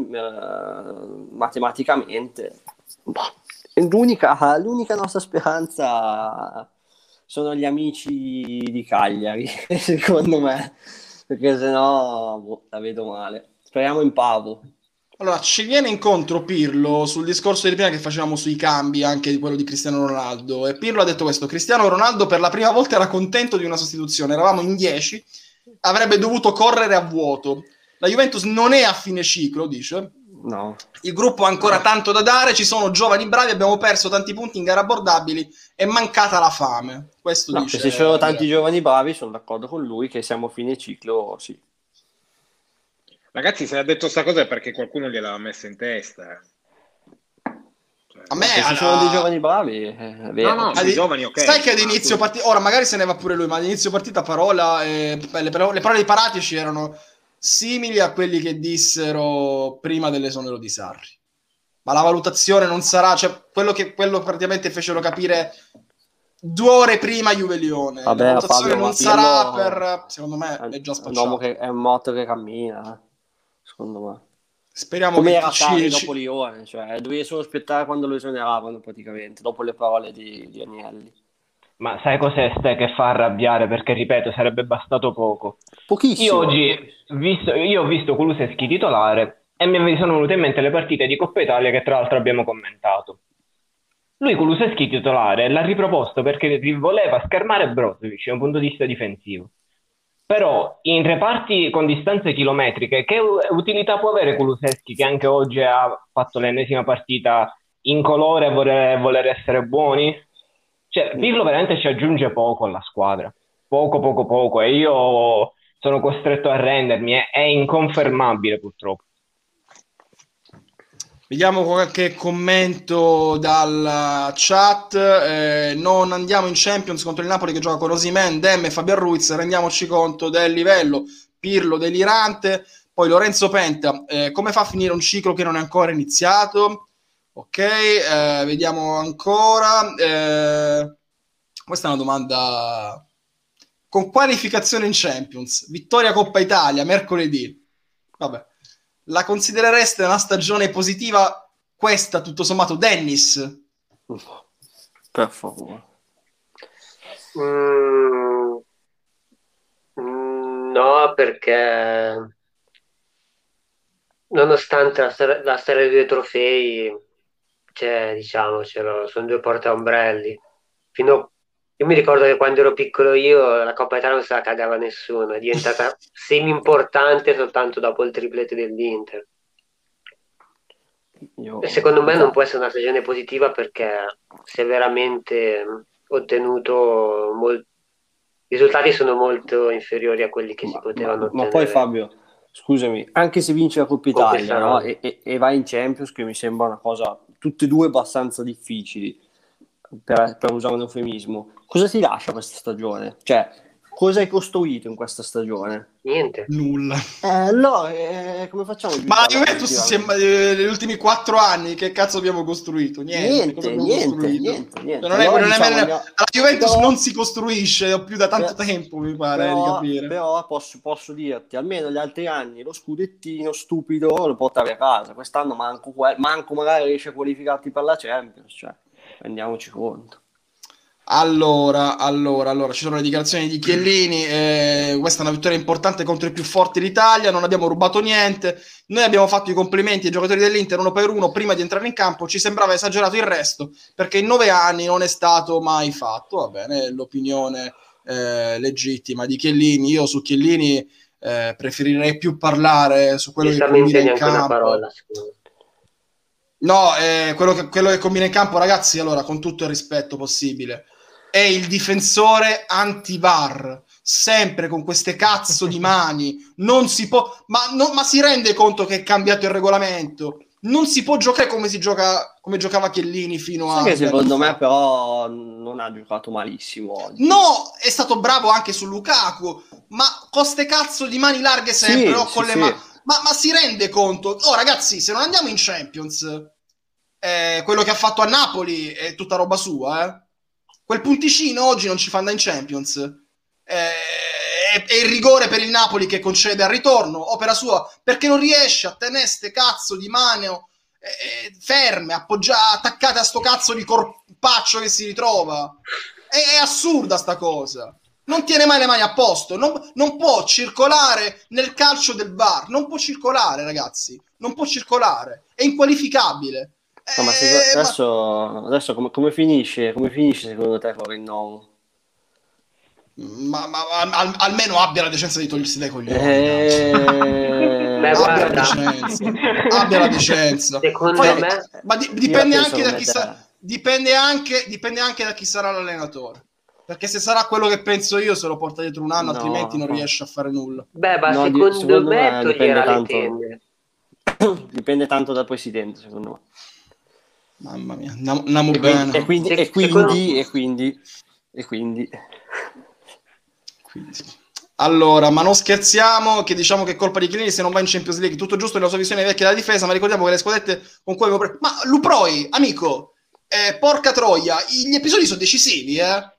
matematicamente. L'unica nostra speranza sono gli amici di Cagliari secondo me, perché sennò la vedo male. Speriamo in Pavo. Allora, ci viene incontro Pirlo sul discorso di prima che facevamo sui cambi, anche di quello di Cristiano Ronaldo, e Pirlo ha detto questo: Cristiano Ronaldo per la prima volta era contento di una sostituzione, eravamo in 10, avrebbe dovuto correre a vuoto. La Juventus non è a fine ciclo, dice. No. Il gruppo ha ancora tanto da dare, ci sono giovani bravi, abbiamo perso tanti punti in gare abbordabili, è mancata la fame. Questo dice. Se ci sono tanti giovani bravi, sono d'accordo con lui che siamo a fine ciclo, sì. Ragazzi, se ha detto sta cosa è perché qualcuno gliel'ha messa in testa. A me se ci sono dei giovani bravi, è vero. No, sui giovani, ok. Sai che ad inizio partita, ora magari se ne va pure lui, ma ad inizio partita le parole di Paratici erano simili a quelli che dissero prima dell'esonero di Sarri. Ma la valutazione non sarà, cioè quello praticamente fecero capire 2 ore prima Juve Lione. Vabbè, la valutazione Fabio, non sarà per, secondo me, è già spacciato. È un motto che cammina, secondo me. Speriamo come che era Sarri dopo Lione, cioè dovevi solo aspettare quando lo esoneravano praticamente, dopo le parole di Agnelli. Ma sai cos'è che fa arrabbiare? Perché ripeto, sarebbe bastato poco. Pochissimo. Io ho visto Kulusevski titolare e mi sono venute in mente le partite di Coppa Italia che tra l'altro abbiamo commentato. Lui Kulusevski titolare l'ha riproposto perché voleva schermare Brozovic da un punto di vista difensivo. Però in reparti con distanze chilometriche, che utilità può avere Kulusevski che anche oggi ha fatto l'ennesima partita incolore e voler essere buoni? Cioè, Pirlo veramente ci aggiunge poco alla squadra. Poco. E io sono costretto a rendermi. È inconfermabile purtroppo. Vediamo qualche commento dal chat. Non andiamo in Champions contro il Napoli che gioca con Osimhen, Dem e Fabian Ruiz. Rendiamoci conto del livello. Pirlo delirante. Poi Lorenzo Penta. Come fa a finire un ciclo che non è ancora iniziato? Ok, vediamo ancora. Questa è una domanda. Con qualificazione in Champions, vittoria Coppa Italia, mercoledì. Vabbè. La considerereste una stagione positiva questa, tutto sommato, Dennis? Per favore. No, perché nonostante la storia dei 2 trofei, cioè, diciamocelo, sono 2 portaombrelli. Io mi ricordo che quando ero piccolo io la Coppa Italia non se la cagava nessuno, è diventata semi-importante soltanto dopo il triplete dell'Inter. E secondo me non può essere una stagione positiva perché si è veramente ottenuto i risultati sono molto inferiori a quelli che si potevano ottenere. Ma poi Fabio, scusami, anche se vince la Coppa Italia, no? e vai in Champions, che mi sembra una cosa tutte e due abbastanza difficili, per usare un eufemismo, cosa ti lascia questa stagione? Cioè, cosa hai costruito in questa stagione? Niente. Nulla. No, come facciamo? Ma la Juventus negli ultimi 4 anni che cazzo abbiamo costruito? Niente. Cosa abbiamo costruito? Niente. Non è, Allora, non è- diciamo, la Juventus non si costruisce più da tanto tempo, mi pare di capire. Però posso dirti, almeno gli altri anni lo scudettino stupido lo portavi a casa. Quest'anno manco magari riesci a qualificarti per la Champions, cioè, rendiamoci conto. Allora, ci sono le dichiarazioni di Chiellini, questa è una vittoria importante contro i più forti d'Italia, non abbiamo rubato niente, noi abbiamo fatto i complimenti ai giocatori dell'Inter uno per uno prima di entrare in campo, ci sembrava esagerato il resto, perché in 9 anni non è stato mai fatto, va bene, l'opinione legittima di Chiellini. Io su Chiellini preferirei più parlare su quello che combina in campo. Una parola, no, quello che combina in campo, ragazzi, allora, con tutto il rispetto possibile, è il difensore anti-VAR, sempre con queste cazzo di mani, non si può, ma si rende conto che è cambiato il regolamento, non si può giocare come giocava Chiellini fino a... Che secondo me però non ha giocato malissimo oggi. No, è stato bravo anche su Lukaku, ma con ste cazzo di mani larghe sempre, con le mani... Ma si rende conto? Oh ragazzi, se non andiamo in Champions, quello che ha fatto a Napoli è tutta roba sua, quel punticino oggi non ci fa andare in Champions, è il rigore per il Napoli che concede al ritorno, opera sua, perché non riesce a tenere ste cazzo di mani ferme, attaccate a sto cazzo di corpaccio che si ritrova. È assurda sta cosa. Non tiene mai le mani a posto, non può circolare nel calcio del VAR, non può circolare, ragazzi, non può circolare, è inqualificabile. No, ma adesso come finisce secondo te con il rinnovo? Ma almeno abbia la decenza di togliersi dai coglioni. Abbia la decenza. Secondo me, ma dipende anche da chi dipende anche da chi sarà l'allenatore. Perché se sarà quello che penso io, se lo porta dietro un anno, altrimenti non riesce a fare nulla. Beh, ma secondo me toglierà le tende. Dipende tanto dal presidente, secondo me. Mamma mia, andiamo bene. E quindi. Allora, ma non scherziamo che diciamo che è colpa di Chiellini se non va in Champions League. Tutto giusto nella sua visione vecchia della difesa, ma ricordiamo che le squadrette con cui abbiamo ma Luproi, amico, porca troia, gli episodi sono decisivi,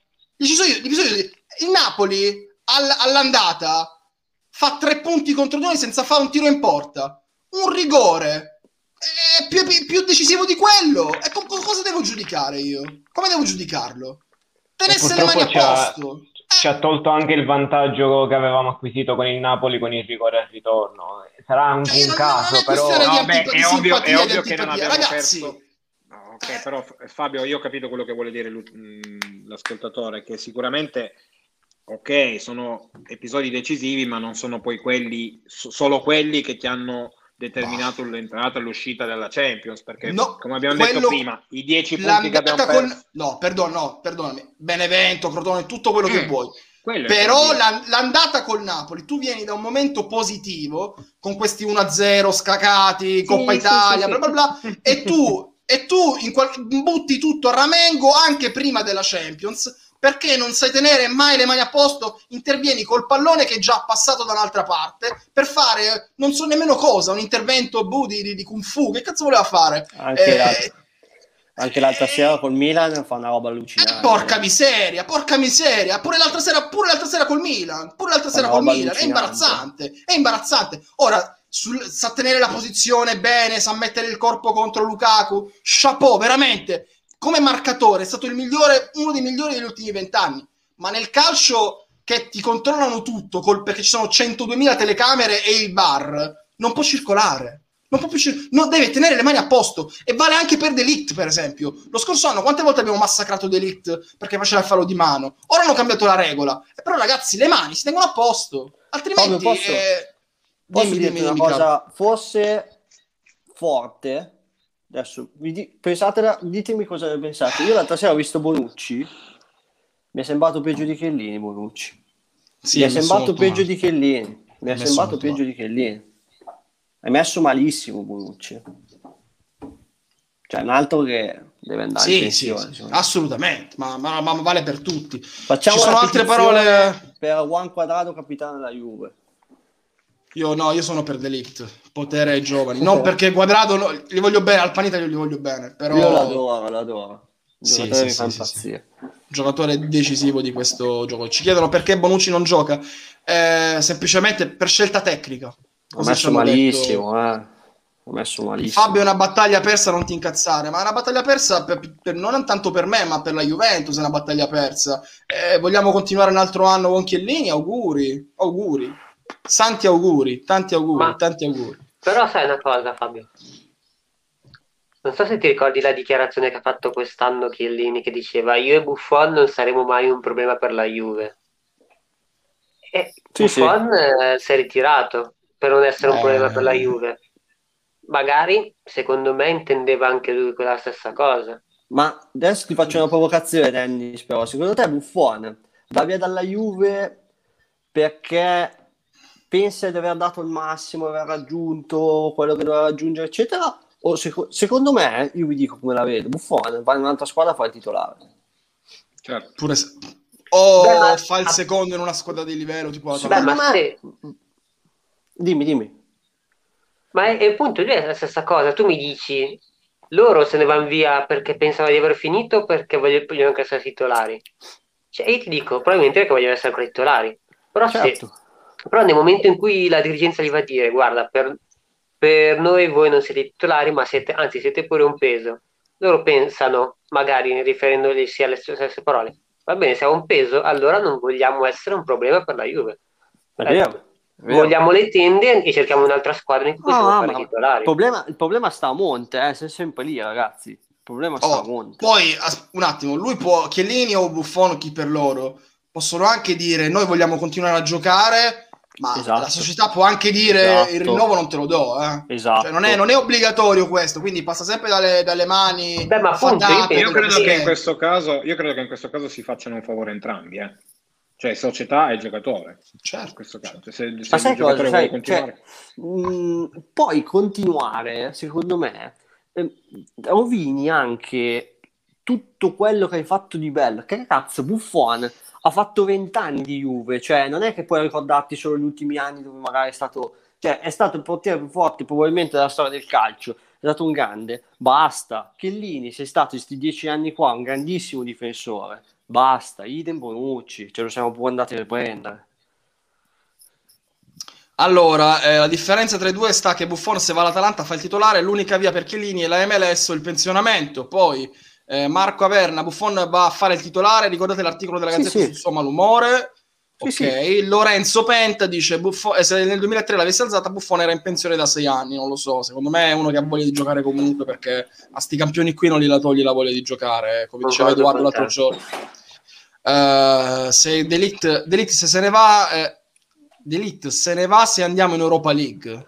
il Napoli all'andata fa 3 punti contro noi senza fare un tiro in porta, un rigore è più decisivo di quello, e cosa devo giudicare io? Come devo giudicarlo? Tenesse le mani a posto. Ci ha tolto anche il vantaggio che avevamo acquisito con il Napoli con il rigore al ritorno. Sarà anche un caso, però è ovvio che non abbiamo perso. No, ok, però Fabio, io ho capito quello che vuole dire l'ascoltatore, che sicuramente ok, sono episodi decisivi, ma non sono poi solo quelli che ti hanno determinato l'entrata e l'uscita della Champions, perché come abbiamo detto prima, i 10 punti che abbiamo perso... perdonami, Benevento, Crotone, tutto quello che vuoi, però l'andata col Napoli, tu vieni da un momento positivo con questi 1-0 scacati, Coppa Italia, bla bla bla, e tu butti tutto a ramengo anche prima della Champions, perché non sai tenere mai le mani a posto, intervieni col pallone che è già passato da un'altra parte per fare, non so nemmeno cosa, un intervento di Kung Fu, che cazzo voleva fare? Anche l'altra sera col Milan fa una roba allucinante. Porca miseria, pure l'altra sera col Milan, è imbarazzante. Ora, sa tenere la posizione bene, sa mettere il corpo contro Lukaku, chapeau, veramente. Come marcatore è stato uno dei migliori degli ultimi 20 anni, ma nel calcio che ti controllano tutto perché ci sono 102.000 telecamere e il VAR, non può circolare, deve tenere le mani a posto, e vale anche per De Ligt, per esempio. Lo scorso anno quante volte abbiamo massacrato De Ligt perché faceva il fallo di mano? Ora hanno cambiato la regola, però ragazzi, le mani si tengono a posto, altrimenti posso dirti una cosa, fosse forte. Adesso pensatela, ditemi cosa ne pensate. Io l'altra sera ho visto Bonucci, mi è sembrato peggio di Chiellini. Bonucci mi è sembrato peggio di Chiellini. Hai messo malissimo Bonucci. Cioè, un altro che deve andare in Sì, pensione. sì, assolutamente, ma vale per tutti. Facciamo Ci sono una altre petizione parole? per Juan Quadrado, capitano della Juve. Io sono per De Ligt, potere ai giovani. Non perché Quadrado, li voglio bene, al Panita io li voglio bene, però... Io l'adoro. Il Sì, giocatore sì, mi fa sì, sì, impazzire. Giocatore decisivo di questo gioco. Ci chiedono perché Bonucci non gioca. Semplicemente per scelta tecnica. Ha Così ci messo hanno malissimo, detto. Ha messo malissimo. Fabio, è una battaglia persa, non ti incazzare. Ma è una battaglia persa non tanto per me, ma per la Juventus è una battaglia persa. Vogliamo continuare un altro anno con Chiellini? Auguri. Santi auguri, tanti auguri, Ma tanti auguri. però sai una cosa, Fabio? Non so se ti ricordi la dichiarazione che ha fatto quest'anno Chiellini, che diceva io e Buffon non saremo mai un problema per la Juve. E Sì, sì. Buffon si è ritirato per non essere un problema per la Eh, Juve. Magari, secondo me, intendeva anche lui quella stessa cosa. Ma adesso ti faccio una provocazione, Dennis, però. Secondo te Buffon va via dalla Juve perché pensa di aver dato il massimo, aver raggiunto quello che doveva raggiungere, eccetera? O secondo me, io vi dico come la vedo, Buffon va in un'altra squadra a fare il titolare. Certo. Beh, ma- fa il secondo in una squadra di livello tipo la Beh, ma Atalanta. se- Dimmi. Ma è appunto lui è la stessa cosa. Tu mi dici, loro se ne vanno via perché pensano di aver finito o perché vogliono anche essere titolari. Cioè, io ti dico, probabilmente perché vogliono essere ancora titolari. Però, Certo. però nel momento in cui la dirigenza gli va a dire, guarda, per noi voi non siete titolari, ma anzi siete pure un peso. Loro pensano, magari riferendoli sia alle stesse parole, va bene, siamo un peso, allora non vogliamo essere un problema per la Juve. È vero. Vogliamo le tende e cerchiamo un'altra squadra in cui possiamo fare i titolari. Il problema sta a monte, sei sempre lì, ragazzi. Il problema sta a monte. Poi, un attimo, Chiellini o Buffon, chi per loro, possono anche dire noi vogliamo continuare a giocare, ma Esatto. la società può anche dire il rinnovo non te lo do. Esatto. Cioè, non è obbligatorio questo, quindi passa sempre dalle mani. Beh, ma appunto, Io credo che in questo caso si facciano un favore entrambi, cioè società e giocatore. Certo, in questo caso. certo. Se Ma il sai giocatore cosa? vuole continuare. Poi continuare, secondo me, rovini anche tutto quello che hai fatto di bello. Che cazzo, Buffon ha fatto 20 anni di Juve, cioè non è che puoi ricordarti solo gli ultimi anni dove magari è stato il portiere più forte probabilmente della storia del calcio, è stato un grande, basta. Chiellini, sei stato questi 10 anni qua un grandissimo difensore, basta. Idem Bonucci, ce lo siamo pure andati a riprendere. Allora, la differenza tra i due sta che Buffon, se va all'Atalanta, fa il titolare, l'unica via per Chiellini è la MLS o il pensionamento. Poi Marco Averna, Buffon va a fare il titolare, ricordate l'articolo della Gazzetta sul suo malumore. Sì. Lorenzo Penta dice Buffon, se nel 2003 l'avesse alzata, Buffon era in pensione da 6 anni, non lo so, secondo me è uno che ha voglia di giocare comunque, perché a sti campioni qui non li la toglie la voglia di giocare, come diceva Edoardo l'altro giorno. Se De Ligt se ne va, De Ligt se ne va se andiamo in Europa League.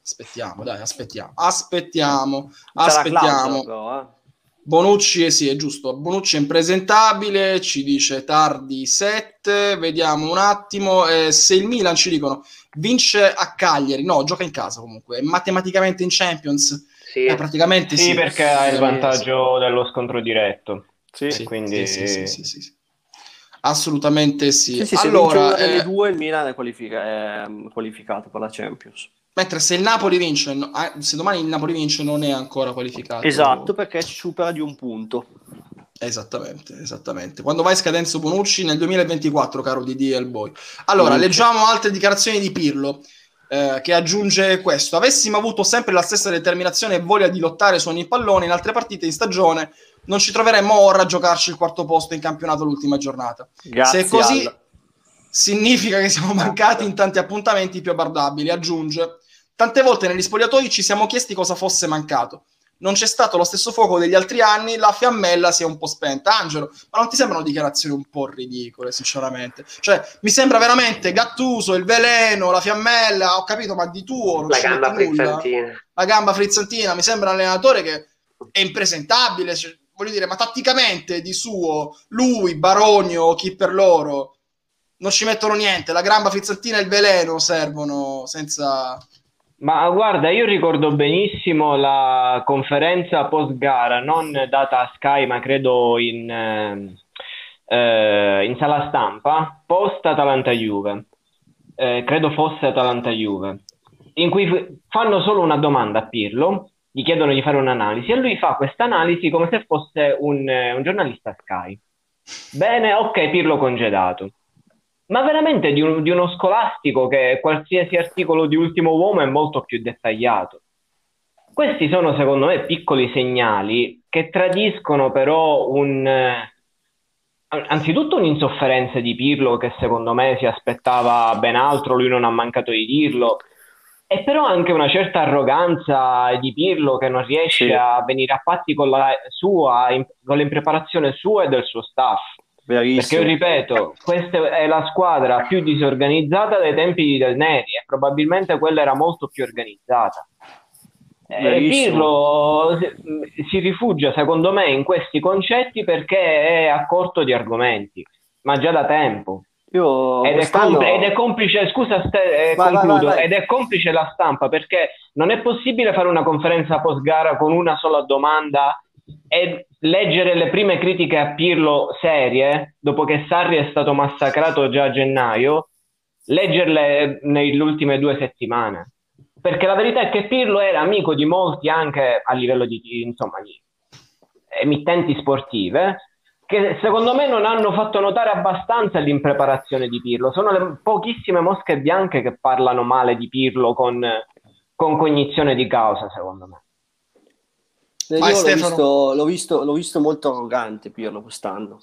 Aspettiamo. Claudio, Bonucci, sì, è giusto. Bonucci è impresentabile, ci dice tardi 7. Vediamo un attimo. Se il Milan, ci dicono, vince a Cagliari, no, gioca in casa comunque, è matematicamente in Champions. Sì, praticamente sì. Perché ha il vantaggio dello scontro diretto. Sì, quindi sì. Assolutamente sì. Allora, se delle due il Milan è qualificato per la Champions. Mentre se il Napoli vince, se domani il Napoli vince, non è ancora qualificato. Esatto, perché ci supera di un punto. Esattamente. Quando vai scadenzo Bonucci nel 2024, caro Didi Boy. Allora, leggiamo altre dichiarazioni di Pirlo, che aggiunge questo: avessimo avuto sempre la stessa determinazione e voglia di lottare su ogni pallone in altre partite in stagione, non ci troveremmo ora a giocarci il quarto posto in campionato l'ultima giornata. Grazie. Se è così, significa che siamo mancati in tanti appuntamenti più abbordabili. Aggiunge: tante volte negli spogliatoi ci siamo chiesti cosa fosse mancato. Non c'è stato lo stesso fuoco degli altri anni, la fiammella si è un po' spenta. Angelo, ma non ti sembrano dichiarazioni un po' ridicole, sinceramente? Cioè, mi sembra veramente Gattuso, il veleno, la fiammella, ho capito, ma di tuo non la ci gamba metti nulla. frizzantina. La gamba frizzantina, mi sembra un allenatore che è impresentabile, cioè, voglio dire, ma tatticamente di suo, lui, Baronio, chi per loro, non ci mettono niente. La gamba frizzantina e il veleno servono senza... Ma guarda, io ricordo benissimo la conferenza post gara, non data a Sky, ma credo in sala stampa, post Atalanta-Juve. Credo fosse Atalanta-Juve, in cui fanno solo una domanda a Pirlo, gli chiedono di fare un'analisi e lui fa questa analisi come se fosse un giornalista Sky. Bene, ok, Pirlo congedato. Ma veramente di uno scolastico che qualsiasi articolo di Ultimo Uomo è molto più dettagliato. Questi sono, secondo me, piccoli segnali che tradiscono però anzitutto un'insofferenza di Pirlo che secondo me si aspettava ben altro, lui non ha mancato di dirlo, e però anche una certa arroganza di Pirlo che non riesce Sì, a venire a patti con con l'impreparazione sua e del suo staff. Perché io verissimo, ripeto, questa è la squadra più disorganizzata dai tempi di Del Neri e probabilmente quella era molto più organizzata. verissimo. Pirlo si rifugia, secondo me, in questi concetti perché è a corto di argomenti, ma già da tempo. Io Ed è quest'anno... complice, scusa, Vai, vai, vai, concludo, vai. ed è complice la stampa perché non è possibile fare una conferenza post gara con una sola domanda e leggere le prime critiche a Pirlo serie, dopo che Sarri è stato massacrato già a gennaio, leggerle nelle ultime 2 settimane. Perché la verità è che Pirlo era amico di molti anche a livello insomma, di emittenti sportive, che secondo me non hanno fatto notare abbastanza l'impreparazione di Pirlo. Sono le pochissime mosche bianche che parlano male di Pirlo con cognizione di causa, secondo me. Vai Io Stefano. l'ho visto molto arrogante Pirlo quest'anno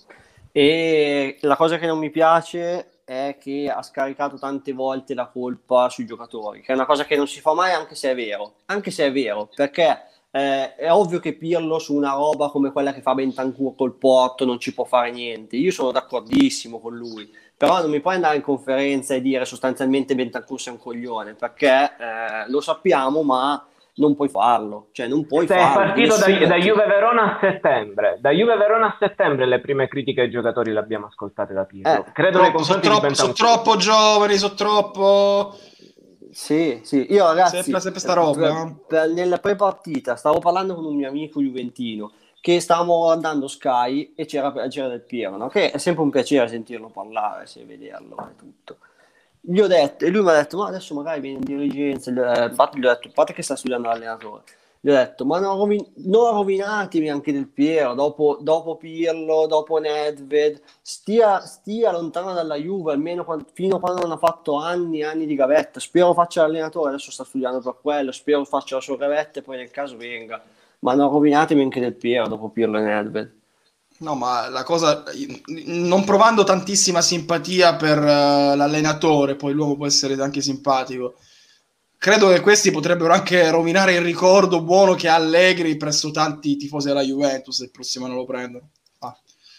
e la cosa che non mi piace è che ha scaricato tante volte la colpa sui giocatori, che è una cosa che non si fa mai anche se è vero, perché è ovvio che Pirlo su una roba come quella che fa Bentancur col Porto non ci può fare niente, io sono d'accordissimo con lui, però non mi puoi andare in conferenza e dire sostanzialmente Bentancur sei un coglione, perché lo sappiamo, ma non puoi farlo, cioè non puoi È farlo, devi partito da assumerti. Juve Verona a settembre. Da Juve Verona a settembre le prime critiche ai giocatori le abbiamo ascoltate da Eh, Pirlo. Credo nei Sono confronti di troppo, so Bentancur. troppo giovani, sono troppo... sì, sì, io ragazzi, Sempre sta roba. nella pre-partita stavo parlando con un mio amico juventino che stavamo guardando Sky e c'era Del Piero, no? Che è sempre un piacere sentirlo parlare, se vederlo e tutto. Gli ho detto, e lui mi ha detto, ma adesso magari viene in dirigenza, infatti gli ho detto, a parte che sta studiando l'allenatore, gli ho detto, ma non rovinatemi anche Del Piero, dopo Pirlo, dopo Nedved, stia lontano dalla Juve, almeno fino a quando non ha fatto anni e anni di gavetta, spero faccia l'allenatore, adesso sta studiando per quello, spero faccia la sua gavetta e poi nel caso venga, ma non rovinatemi anche Del Piero dopo Pirlo e Nedved. No, ma la cosa, non provando tantissima simpatia per l'allenatore, poi l'uomo può essere anche simpatico. Credo che questi potrebbero anche rovinare il ricordo buono che ha Allegri presso tanti tifosi della Juventus se il prossimo anno lo prendono. Ah,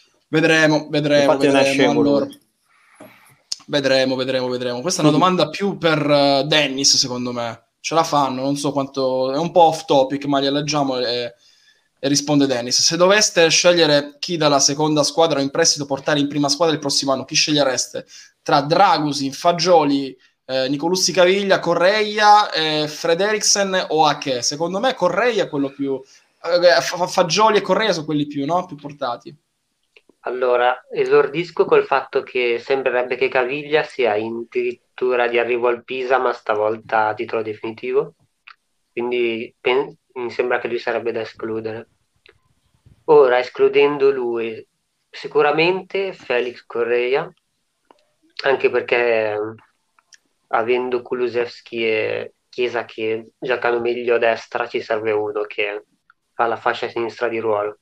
Infatti non è vedremo. scemo Allora, lui. vedremo. Questa è una domanda più per Dennis, secondo me. Ce la fanno, non so quanto... È un po' off topic, ma li leggiamo e risponde Dennis. Se doveste scegliere chi dalla seconda squadra o in prestito portare in prima squadra il prossimo anno, chi scegliereste? Tra Dragusin, Fagioli, Nicolussi Caviglia, Correia, Frederiksen o Ake? Secondo me Correia è quello più... Fagioli e Correia sono quelli più, no? Più portati. Allora, esordisco col fatto che sembrerebbe che Caviglia sia addirittura di arrivo al Pisa, ma stavolta a titolo definitivo. Quindi mi sembra che lui sarebbe da escludere. Ora, escludendo lui, sicuramente Felix Correa, anche perché avendo Kulusevski e Chiesa che giocano meglio a destra, ci serve uno che fa la fascia sinistra di ruolo.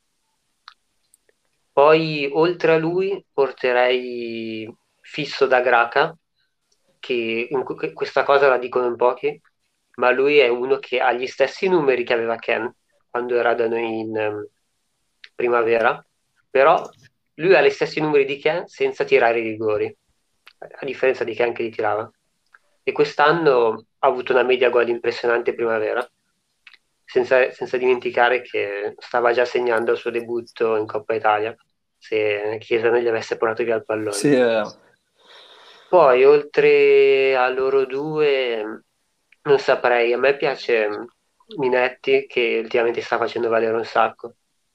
Poi, oltre a lui, porterei Fisso da Graca, che questa cosa la dicono in pochi, ma lui è uno che ha gli stessi numeri che aveva Ken quando era da noi in primavera, però lui ha gli stessi numeri di Ken senza tirare i rigori, a differenza di Ken che li tirava. E quest'anno ha avuto una media gol impressionante in primavera, senza dimenticare che stava già segnando il suo debutto in Coppa Italia, se Chiesa non gli avesse portato via il pallone. Sì, è vero. Poi, oltre a loro due, Non saprei, a me piace Minetti che ultimamente sta facendo valere un sacco,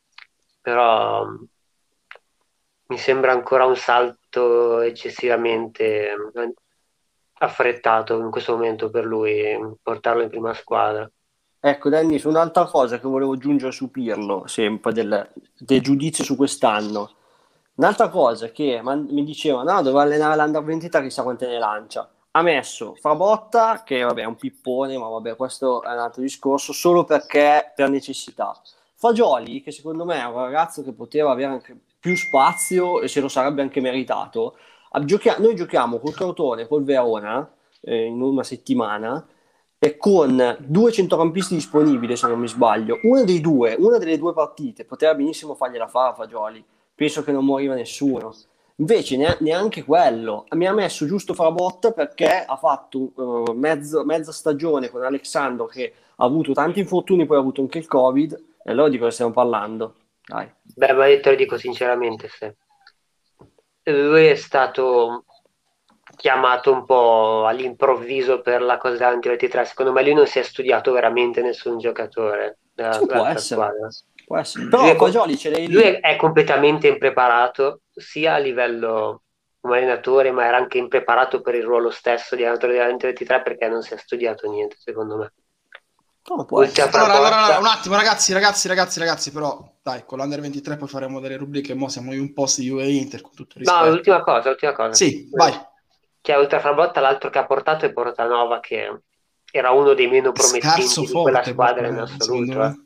però mi sembra ancora un salto eccessivamente affrettato in questo momento per lui portarlo in prima squadra. Ecco, Dennis, un'altra cosa che volevo aggiungere su Pirlo, sempre del giudizio su quest'anno. Un'altra cosa che mi dicevano, no, doveva allenare l'Under 23, chissà quante ne lancia. Ha messo Frabotta, che vabbè è un pippone, ma vabbè questo è un altro discorso, solo perché per necessità. Fagioli, che secondo me è un ragazzo che poteva avere anche più spazio e se lo sarebbe anche meritato. Noi giochiamo col Crotone, col Verona, in una settimana, e con due centrocampisti disponibili, se non mi sbaglio. Una delle due partite poteva benissimo fargliela fare a Fagioli. Penso che non moriva nessuno. Invece neanche quello. Mi ha messo giusto Frabotta perché ha fatto mezza stagione con Alexandro che ha avuto tanti infortuni, poi ha avuto anche il Covid. E allora di cosa stiamo parlando? Dai. Beh, ma io te lo dico sinceramente, se lui è stato chiamato un po' all'improvviso per la cosa dell'Under 23, secondo me lui non si è studiato veramente nessun giocatore della squadra. Può essere. Però Fagioli ce l'hai lì. Lui è completamente impreparato sia a livello come allenatore, ma era anche impreparato per il ruolo stesso di allenatore dell'Under 23 perché non si è studiato niente, secondo me. Allora, un attimo, ragazzi, però dai, con l'Under 23 poi faremo delle rubriche, mo siamo in un post di Juve Inter, con tutto il rispetto. No, l'ultima cosa. Sì, vai. Che oltre a Frabotta l'altro che ha portato è Portanova, che era uno dei meno promettenti di quella squadra in assoluto.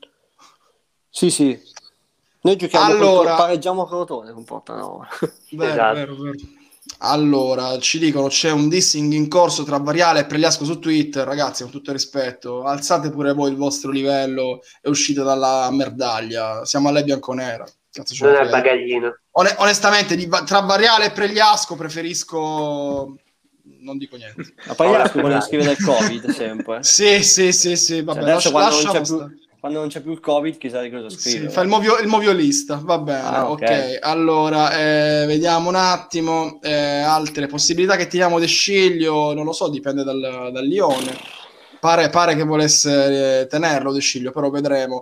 Sì. Noi giochiamo pareggiamo a Crotone con Portanova. Vero. Allora, ci dicono c'è un dissing in corso tra Variale e Pregliasco su Twitter. Ragazzi, con tutto il rispetto, alzate pure voi il vostro livello e uscite dalla merdaglia. Siamo alle bianconera. Cazzo, non è il bagaglino. Onestamente, tra Variale e Pregliasco preferisco... Non dico niente. Ma Pregliasco vuole scrivere del Covid sempre. Sì. Vabbè, adesso quando non c'è più il Covid, chissà di cosa scrive. Sì, fa il moviolista, va bene, ok. Allora, vediamo un attimo, altre possibilità che tiriamo De Sciglio, non lo so, dipende dal Lione. Pare che volesse tenerlo De Sciglio, però vedremo.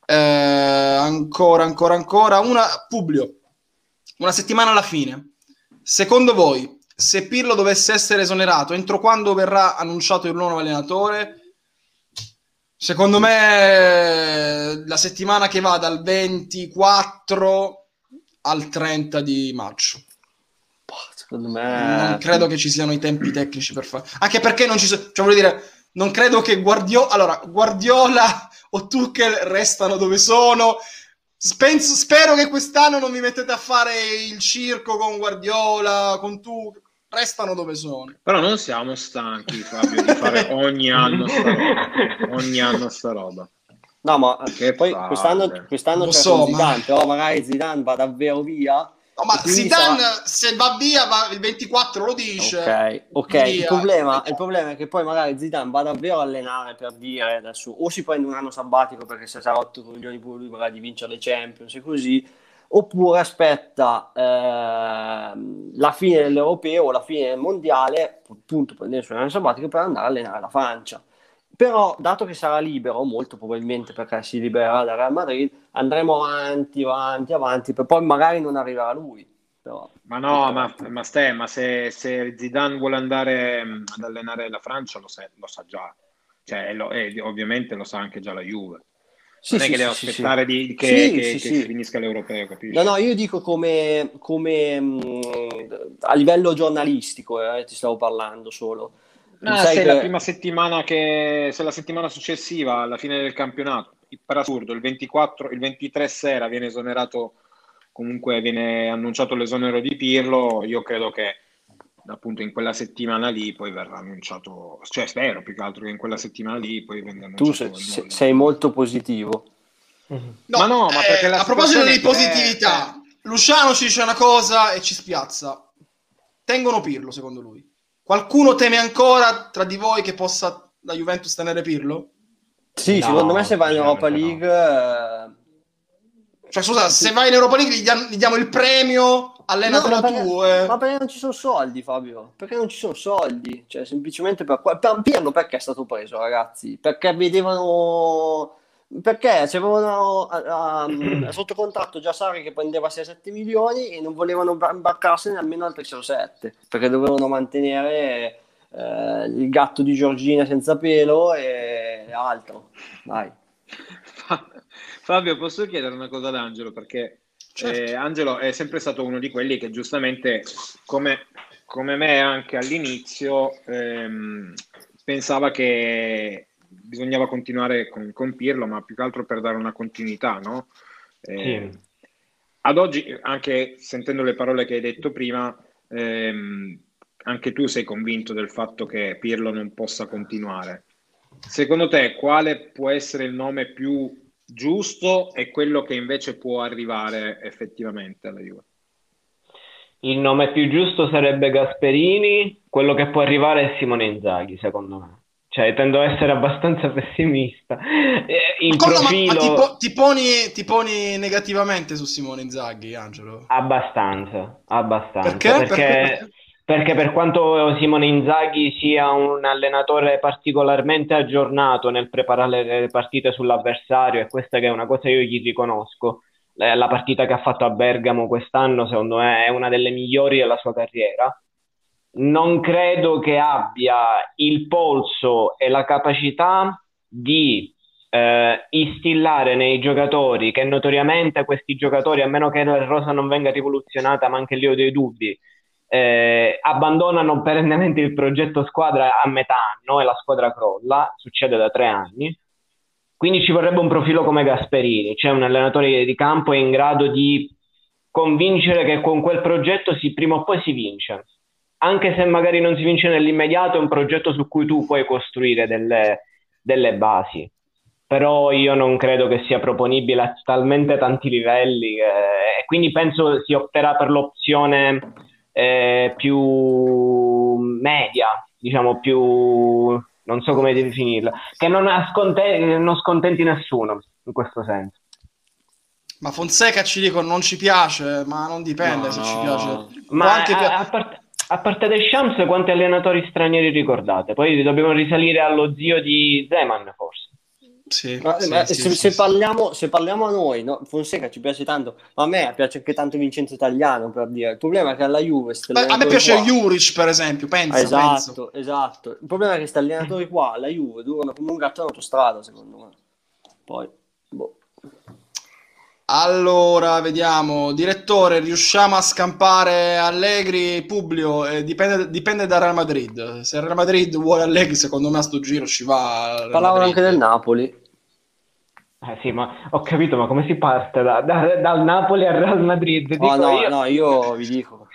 Ancora, Publio, una settimana alla fine. Secondo voi, se Pirlo dovesse essere esonerato, entro quando verrà annunciato il nuovo allenatore? Secondo me la settimana che va dal 24 al 30 di maggio. Secondo me non credo che ci siano i tempi tecnici per fare. Anche perché non ci sono, cioè voglio dire, non credo che Guardiola o Tuchel restano dove sono. Spero che quest'anno non mi mettete a fare il circo con Guardiola, con Tuchel. Restano dove sono. Però non siamo stanchi, Fabio, di fare ogni anno sta roba. No, ma che poi quest'anno c'è Zidane, però magari Zidane va davvero via. No, ma Zidane se va via il 24 lo dice. Ok. Il problema è che poi magari Zidane va davvero a allenare, per dire adesso, o si prende un anno sabbatico perché si è rotto con milioni pure lui magari di vincere le Champions e così, oppure aspetta la fine dell'Europeo o la fine del Mondiale, appunto prendersi un anno sabbatico per andare a allenare la Francia. Però dato che sarà libero, molto probabilmente perché si libererà da Real Madrid, andremo avanti per poi magari non arriverà lui. Però, ma no, ma se Zidane vuole andare ad allenare la Francia lo sa già, cioè ovviamente lo sa anche già la Juve. Non è che deve aspettare che finisca l'Europeo, capisci? No, io dico come a livello giornalistico, ti stavo parlando solo. La prima settimana se la settimana successiva, alla fine del campionato, per assurdo, il 23 sera viene esonerato, comunque viene annunciato l'esonero di Pirlo, io credo che appunto in quella settimana lì poi verrà annunciato, cioè spero più che altro che in quella settimana lì poi venga annunciato. Tu sei molto positivo. Ma perché a proposito di positività, Luciano ci dice una cosa e ci spiazza. Tengono Pirlo, secondo lui. Qualcuno teme ancora tra di voi che possa la Juventus tenere Pirlo? Sì, secondo me se va in Europa League... Cioè, scusa, se vai in Europa League gli diamo il premio allenatela tu. Ma perché non ci sono soldi, Fabio? Perché non ci sono soldi? Cioè, semplicemente per Pirlo perché è stato preso, ragazzi? Perché vedevano... Perché c'avevano sotto contratto già Sarri che prendeva 6-7 milioni e non volevano imbarcarsene almeno altri 6-7, perché dovevano mantenere il gatto di Giorgina senza pelo e altro. Dai. Fabio, posso chiedere una cosa ad Angelo? Perché Certo. Angelo è sempre stato uno di quelli che giustamente, come me anche all'inizio, pensava che bisognava continuare con Pirlo, ma più che altro per dare una continuità, no? Sì. Ad oggi, anche sentendo le parole che hai detto prima, anche tu sei convinto del fatto che Pirlo non possa continuare. Secondo te, quale può essere il nome più giusto e quello che invece può arrivare effettivamente alla Juve? Il nome più giusto sarebbe Gasperini, quello che può arrivare è Simone Inzaghi, secondo me. Cioè, tendo a essere abbastanza pessimista. Il profilo... ti poni negativamente su Simone Inzaghi, Angelo? Abbastanza. Perché? Perché per quanto Simone Inzaghi sia un allenatore particolarmente aggiornato nel preparare le partite sull'avversario, e questa che è una cosa che io gli riconosco, la partita che ha fatto a Bergamo quest'anno secondo me è una delle migliori della sua carriera, non credo che abbia il polso e la capacità di instillare nei giocatori, che notoriamente questi giocatori, a meno che la rosa non venga rivoluzionata, ma anche lì ho dei dubbi, abbandonano perennemente il progetto squadra a metà anno e la squadra crolla, succede da 3 anni. Quindi ci vorrebbe un profilo come Gasperini, cioè un allenatore di campo in grado di convincere che con quel progetto prima o poi si vince. Anche se magari non si vince nell'immediato, è un progetto su cui tu puoi costruire delle basi. Però io non credo che sia proponibile a talmente tanti livelli, e quindi penso si opterà per l'opzione più media, diciamo più, non so come definirla, che non scontenti nessuno in questo senso. Ma Fonseca ci dicono non ci piace, ma non dipende se ci piace. Ma a parte Deschamps, quanti allenatori stranieri ricordate? Poi dobbiamo risalire allo zio di Zeman, forse. Sì, se parliamo a noi, no? Fonseca ci piace tanto, ma a me piace anche tanto Vincenzo Italiano, per dire. Il problema è che alla Juve a me piace Juric, per esempio, pensa. Esatto. Il problema è che questi allenatori qua alla Juve durano come un gatto in autostrada, secondo me. Poi, boh. Allora, vediamo. Direttore, riusciamo a scampare Allegri, Publio? Dipende dal Real Madrid. Se il Real Madrid vuole Allegri, secondo me a sto giro ci va. Parlavano anche del Napoli. Sì, ma ho capito, ma come si parte dal Napoli al Real Madrid? No, io vi dico.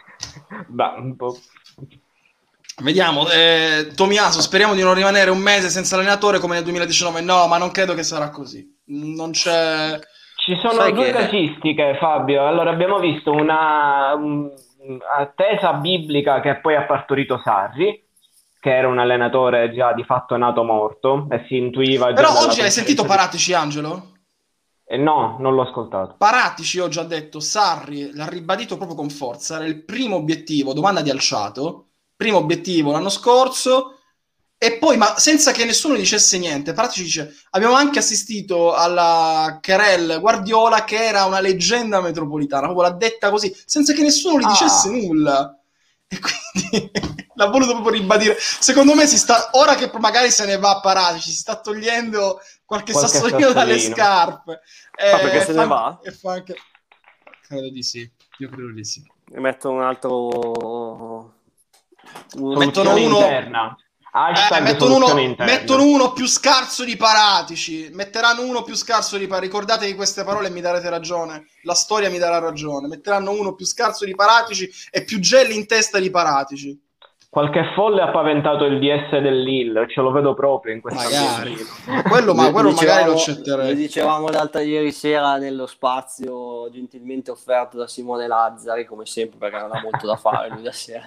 Vediamo, Tomiaso, speriamo di non rimanere un mese senza allenatore come nel 2019. No, ma non credo che sarà così. Non c'è... Ci sono due casistiche, Fabio. Allora, abbiamo visto una attesa biblica che poi ha partorito Sarri, che era un allenatore già di fatto nato morto e si intuiva già. Però oggi hai sentito Paratici, Angelo? No, non l'ho ascoltato. Paratici oggi ha detto, Sarri l'ha ribadito proprio con forza, era il primo obiettivo, domanda di Alciato, primo obiettivo l'anno scorso. E poi, ma senza che nessuno dicesse niente, Paratici dice, abbiamo anche assistito alla querelle Guardiola, che era una leggenda metropolitana, proprio l'ha detta così, senza che nessuno gli dicesse nulla. E quindi l'ha voluto proprio ribadire. Secondo me ora che magari se ne va a Paratici, si sta togliendo qualche sassolino dalle scarpe. Perché se ne va? E fa anche... Credo di sì, io credo di sì. E mettono un altro... Mettono uno... interna. Mettono uno più scarso di Paratici, metteranno uno più scarso di Paratici. Ricordatevi queste parole e mi darete ragione, la storia mi darà ragione. Metteranno uno più scarso di Paratici e più gelli in testa di Paratici. Qualche folle ha paventato il DS del Lille, ce lo vedo proprio in questa magari quello magari lo accetterei. Lo dicevamo l'altra ieri sera nello spazio gentilmente offerto da Simone Lazzari, come sempre, perché non ha molto da fare lui da sera.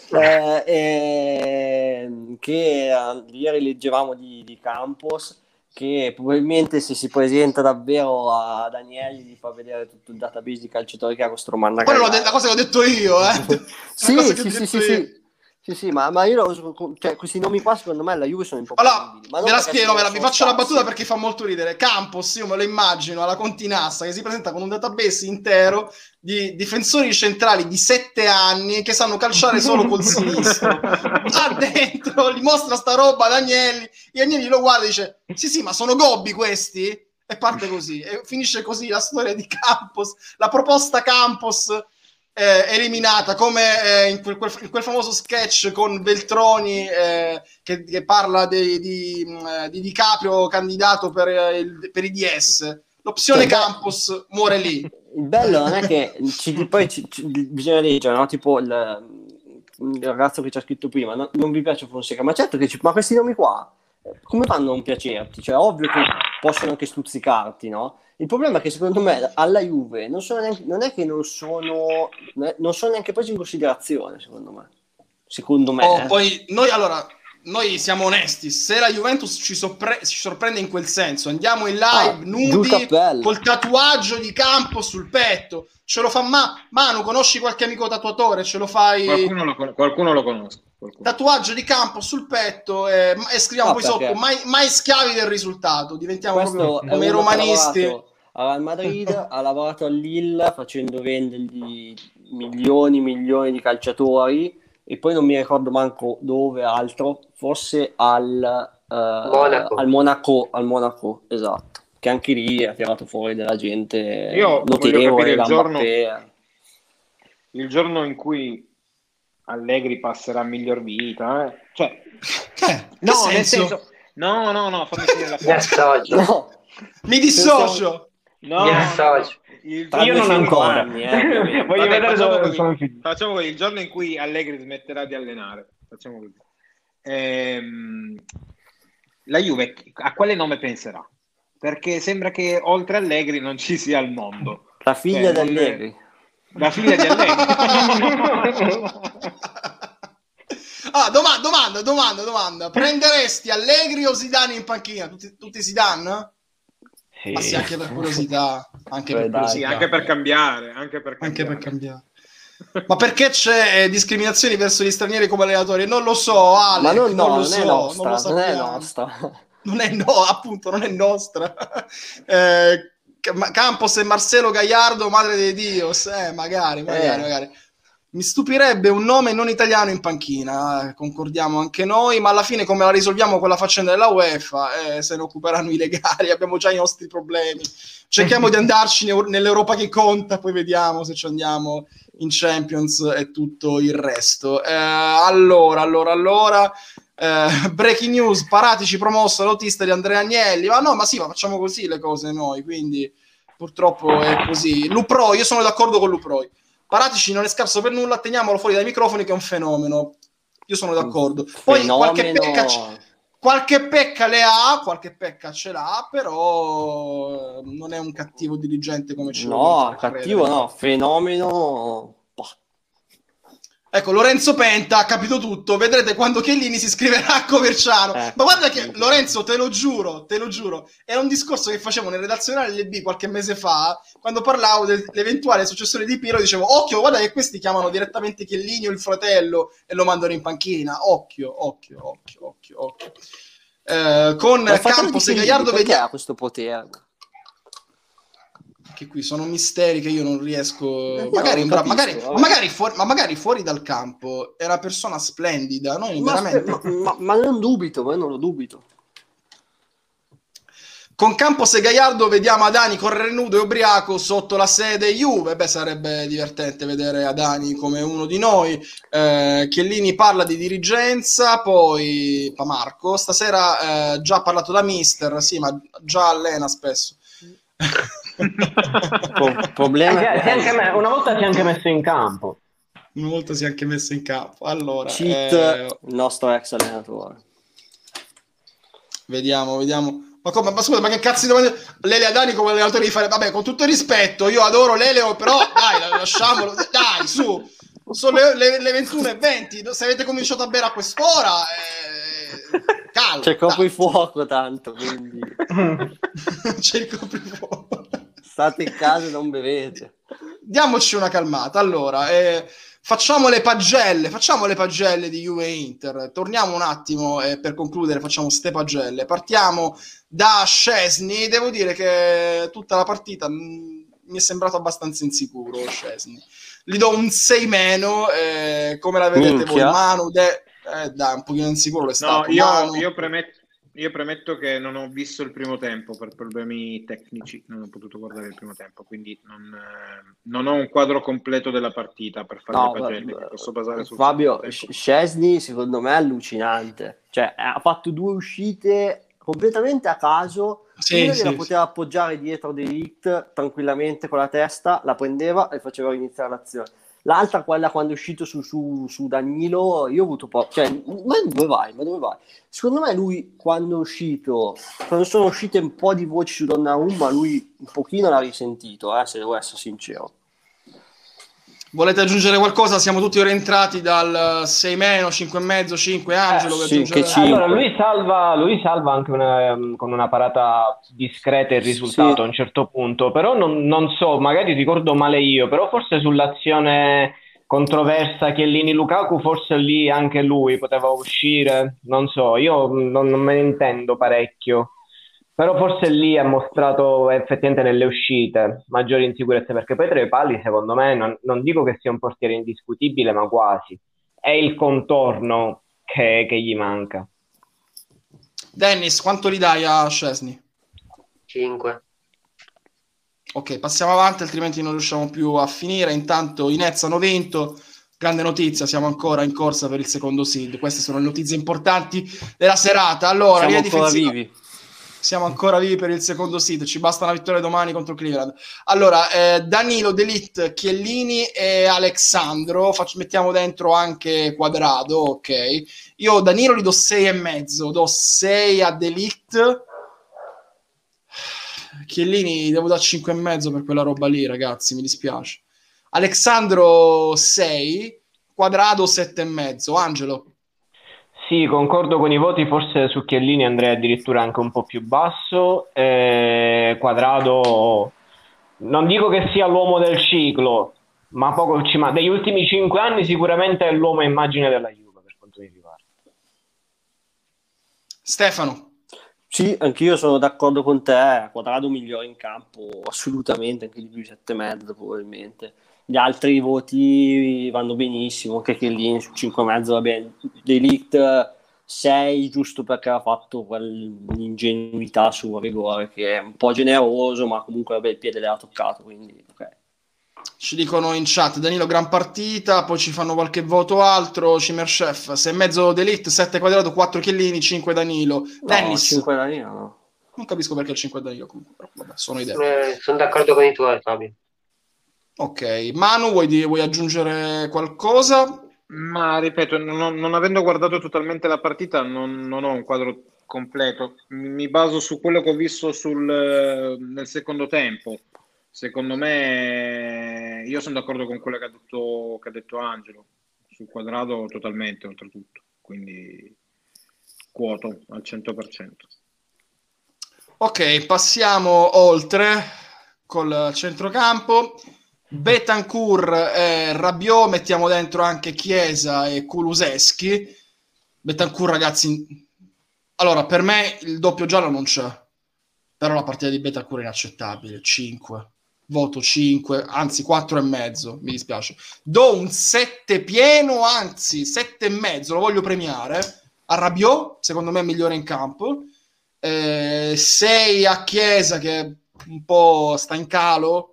Che ieri leggevamo di Campos, che probabilmente se si presenta davvero a Danieli gli fa vedere tutto il database di calciatori che ha questo manda. Quella è la cosa che ho detto io, Sì, ma io cioè, questi nomi qua secondo me la Juve sono improponibili. Allora, ve la spiego, vi faccio la battuta perché fa molto ridere. Campos, io me lo immagino alla Continassa che si presenta con un database intero di difensori centrali di 7 anni che sanno calciare solo col sinistro. Là dentro gli mostra sta roba ad Agnelli, e Agnelli lo guarda e dice sì, ma sono gobbi questi? E parte così, e finisce così la storia di Campos, la proposta Campos eliminata, come in quel famoso sketch con Veltroni che parla di DiCaprio candidato per i DS. L'opzione Campos muore lì. Il bello non è che poi bisogna leggere, no? Tipo il ragazzo che ci ha scritto prima, non vi piace Fonseca, ma certo che ma questi nomi qua come fanno a non piacerti? Cioè, ovvio che possono anche stuzzicarti, no? Il problema è che secondo me alla Juve non è che non sono neanche presi in considerazione, secondo me. Poi noi siamo onesti, se la Juventus ci sorprende in quel senso, andiamo in live nudi col tatuaggio di Campo sul petto, ce lo fa Manu, conosci qualche amico tatuatore? Ce lo fai? Qualcuno lo conosco. Tatuaggio di Campo sul petto e scriviamo poi sotto mai schiavi del risultato, diventiamo proprio come i romanisti. Al Madrid ha lavorato al Lille facendo vendergli milioni di calciatori e poi non mi ricordo manco dove altro, forse al Monaco, esatto, che anche lì ha tirato fuori della gente notevole. Il giorno in cui Allegri passerà a miglior vita, cioè no, nel senso no, fammi finire la frase. Mi dissocio. No, io non ancora. Voglio vedere dove sono finito. Facciamo così, il giorno in cui Allegri smetterà di allenare, facciamo così. La Juve a quale nome penserà? Perché sembra che oltre Allegri non ci sia al mondo. La figlia di Allegri. La figlia di Allegri. Domanda. Prenderesti Allegri o Zidane in panchina? Tutti Zidane? Sì. Ma sì, anche per curiosità, anche per cambiare. Ma perché c'è discriminazioni verso gli stranieri come allenatori? Non lo so, Ale. Ma non è nostra. Campos e Marcelo Gallardo, madre dei Dios. Magari. Mi stupirebbe un nome non italiano in panchina, concordiamo anche noi, ma alla fine come la risolviamo con la faccenda della UEFA? Se ne occuperanno i legali, abbiamo già i nostri problemi. Cerchiamo di andarci nell'Europa che conta, poi vediamo se ci andiamo in Champions e tutto il resto. Allora, breaking news, Paratici promosso all'autista di Andrea Agnelli. Ma facciamo così le cose noi, quindi purtroppo è così. Luproi, io sono d'accordo con Luproi. Paratici non è scarso per nulla, teniamolo fuori dai microfoni che è un fenomeno. Io sono d'accordo. Poi qualche pecca ce l'ha, però non è un cattivo dirigente come ci fenomeno. Ecco, Lorenzo Penta ha capito tutto, vedrete quando Chiellini si iscriverà a Coverciano. Ma guarda che, Lorenzo, te lo giuro, era un discorso che facevo nel redazionale LB qualche mese fa, quando parlavo dell'eventuale successore di Pirlo, dicevo, occhio, guarda che questi chiamano direttamente Chiellini o il fratello e lo mandano in panchina. Occhio. Con Campos e Gallardo vediamo ha questo potere. Che qui sono misteri che io non riesco. Magari fuori dal campo è una persona splendida. Ma non dubito, ma non lo dubito. Con Campos e Gallardo vediamo Adani correre nudo e ubriaco sotto la sede Juve. Sarebbe divertente vedere Adani come uno di noi. Chiellini parla di dirigenza, poi Marco stasera già ha parlato da mister, sì, ma già allena spesso. Problema una volta si è anche messo in campo. Allora, il nostro ex allenatore. Vediamo. Ma scusa, ma che cazzo di domande? Lele Adani come allenatore di fare? Vabbè, con tutto il rispetto, io adoro Leleo, però dai, lasciamolo. Dai, su. Sono le 21:20. Se avete cominciato a bere a quest'ora, calma. C'è il coprifuoco tanto, quindi C'è il coprifuoco. state in casa e non bevete. Diamoci una calmata. Allora, facciamo le pagelle di Juve e Inter. Torniamo un attimo per concludere, facciamo ste pagelle. Partiamo da Szczesny. Devo dire che tutta la partita mi è sembrato abbastanza insicuro Szczesny. Gli do un 6 meno, come la vedete voi? Manu, dai, un pochino insicuro l'è stato. Io premetto che non ho visto il primo tempo per problemi tecnici, non ho potuto guardare il primo tempo, quindi non ho un quadro completo della partita per fare le pagelle, che posso basare sul Fabio, Szczesny secondo me è allucinante, cioè ha fatto 2 uscite completamente a caso. Una gliela poteva appoggiare dietro De Ligt tranquillamente con la testa, la prendeva e faceva iniziare l'azione. L'altra, quella quando è uscito su Danilo, io ho avuto poco. Cioè, ma dove vai? Secondo me lui, quando sono uscite un po' di voci su Donnarumma, lui un pochino l'ha risentito, se devo essere sincero. Volete aggiungere qualcosa? Siamo tutti orientati dal 6 meno, 5 e mezzo, 5. Angelo, sì, che 5. Allora, lui salva anche con una parata discreta il risultato a un certo punto, però non so, magari ricordo male io, però forse sull'azione controversa Chiellini-Lukaku, forse lì anche lui poteva uscire, non so, io non me ne intendo parecchio. Però forse lì ha mostrato effettivamente nelle uscite maggiori insicurezze, perché poi tra i pali, secondo me, non dico che sia un portiere indiscutibile, ma quasi. È il contorno che gli manca. Dennis, quanto gli dai a Szczesny? 5. Ok, passiamo avanti, altrimenti non riusciamo più a finire. Intanto i Nets hanno vinto. Grande notizia, siamo ancora in corsa per il secondo seed. Queste sono le notizie importanti della serata. Allora, siamo ancora vivi. Siamo ancora vivi per il secondo seed, ci basta una vittoria domani contro Cleveland. Allora, Danilo, De Ligt, Chiellini e Alexandro, mettiamo dentro anche Quadrado, ok. Io Danilo gli do 6,5, do 6 a De Ligt. Chiellini devo dare 5,5 per quella roba lì, ragazzi, mi dispiace. Alexandro 6, Quadrado 7,5. Angelo? Sì, concordo con i voti, forse su Chiellini andrei addirittura anche un po' più basso. Quadrado, non dico che sia l'uomo del ciclo, ma poco degli ultimi 5 anni sicuramente è l'uomo immagine della Juve per quanto mi riguarda. Stefano? Sì, anch'io sono d'accordo con te, Quadrado migliore in campo, assolutamente, anche di più 7,5 probabilmente. Gli altri voti vanno benissimo, anche Chiellini su 5,5 va bene. De Ligt 6, giusto perché ha fatto quell'ingenuità su rigore, che è un po' generoso, ma comunque vabbè, il piede l'ha toccato, quindi ok. Ci dicono in chat, Danilo gran partita, poi ci fanno qualche voto altro, Cimerchef, 6,5 De Ligt, 7 Quadrado, 4 Chiellini, 5 Danilo. Dennis? 5 Danilo no. Non capisco perché il 5 Danilo comunque, però vabbè, sono idee. Sono d'accordo con i tuoi, Fabio. Ok, Manu, vuoi aggiungere qualcosa? Ma ripeto, non avendo guardato totalmente la partita, non ho un quadro completo. Mi baso su quello che ho visto nel secondo tempo. Secondo me, io sono d'accordo con quello che ha detto Angelo. Sul Quadrado totalmente, oltretutto. Quindi quoto al 100%. Ok, passiamo oltre col centrocampo. Bentancur e Rabiot, mettiamo dentro anche Chiesa e Kulusevski. Bentancur, ragazzi, allora per me il doppio giallo non c'è, però la partita di Bentancur è inaccettabile. 5, voto 5, anzi 4,5, mi dispiace. Do un 7 pieno, anzi 7,5, lo voglio premiare a Rabiot, secondo me è migliore in campo. 6 a Chiesa, che un po' sta in calo.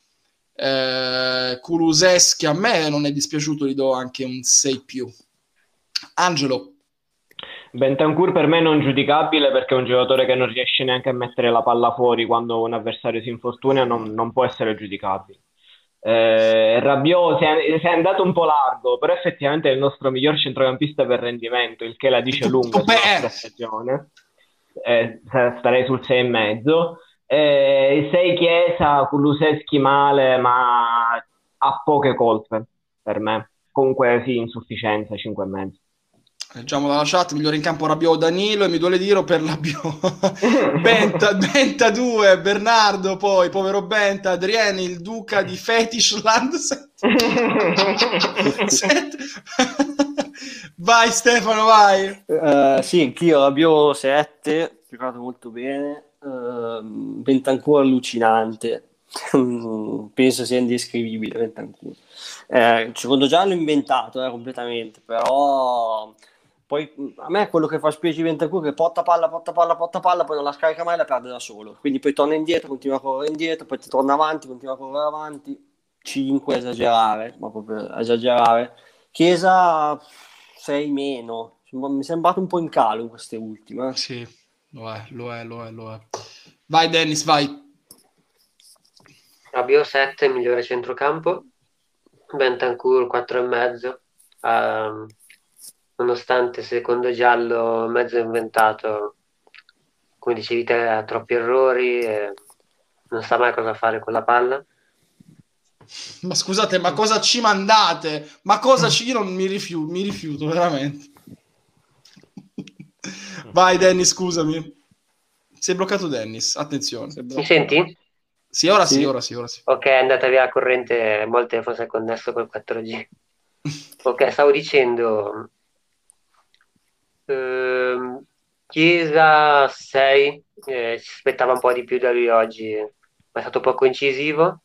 Kulusevski a me non è dispiaciuto, gli do anche un 6 più. Angelo? Bentancur per me è non giudicabile, perché è un giocatore che non riesce neanche a mettere la palla fuori quando un avversario si infortuna, non può essere giudicabile. Rabiot si è andato un po' largo, però effettivamente è il nostro miglior centrocampista per rendimento, il che la dice lunga sulla nostra stagione. Starei sul 6,5. 6 Chiesa, Kulusevski male, ma ha poche colpe per me. Comunque sì, insufficienza, 5,5. Leggiamo dalla chat, migliore in campo Rabiot Danilo e mi duole dire per Rabiot. Benta 2, Bernardo, poi povero Benta, Adriani, il duca di Fetishland. Vai Stefano, vai. Sì, anch'io Rabiot 7, giocato molto bene. Bentancur allucinante. Penso sia indescrivibile Bentancur. Il secondo giallo inventato completamente, però poi a me quello che fa specie di Bentancur è che porta palla, poi non la scarica mai e la perde da solo, quindi poi torna indietro, continua a correre indietro, poi torna avanti, continua a correre avanti. 5 esagerare, ma proprio esagerare. Chiesa 6 meno, mi è sembrato un po' in calo in queste ultime. Sì, lo è. Vai Dennis, vai. Rabiot 7, migliore centrocampo. Bentancur 4,5. Nonostante secondo giallo mezzo inventato, come dicevi te, ha troppi errori e non sa mai cosa fare con la palla. Ma scusate, ma cosa ci mandate? Ma cosa ci... Io non mi rifiuto veramente. Vai Dennis, scusami. Si è bloccato Dennis, attenzione. Mi senti? Sì, ora sì. Ok, è andata via la corrente, molto forse è connesso col 4G. Ok, stavo dicendo Chiesa 6, ci aspettava un po' di più da lui oggi, ma è stato poco incisivo.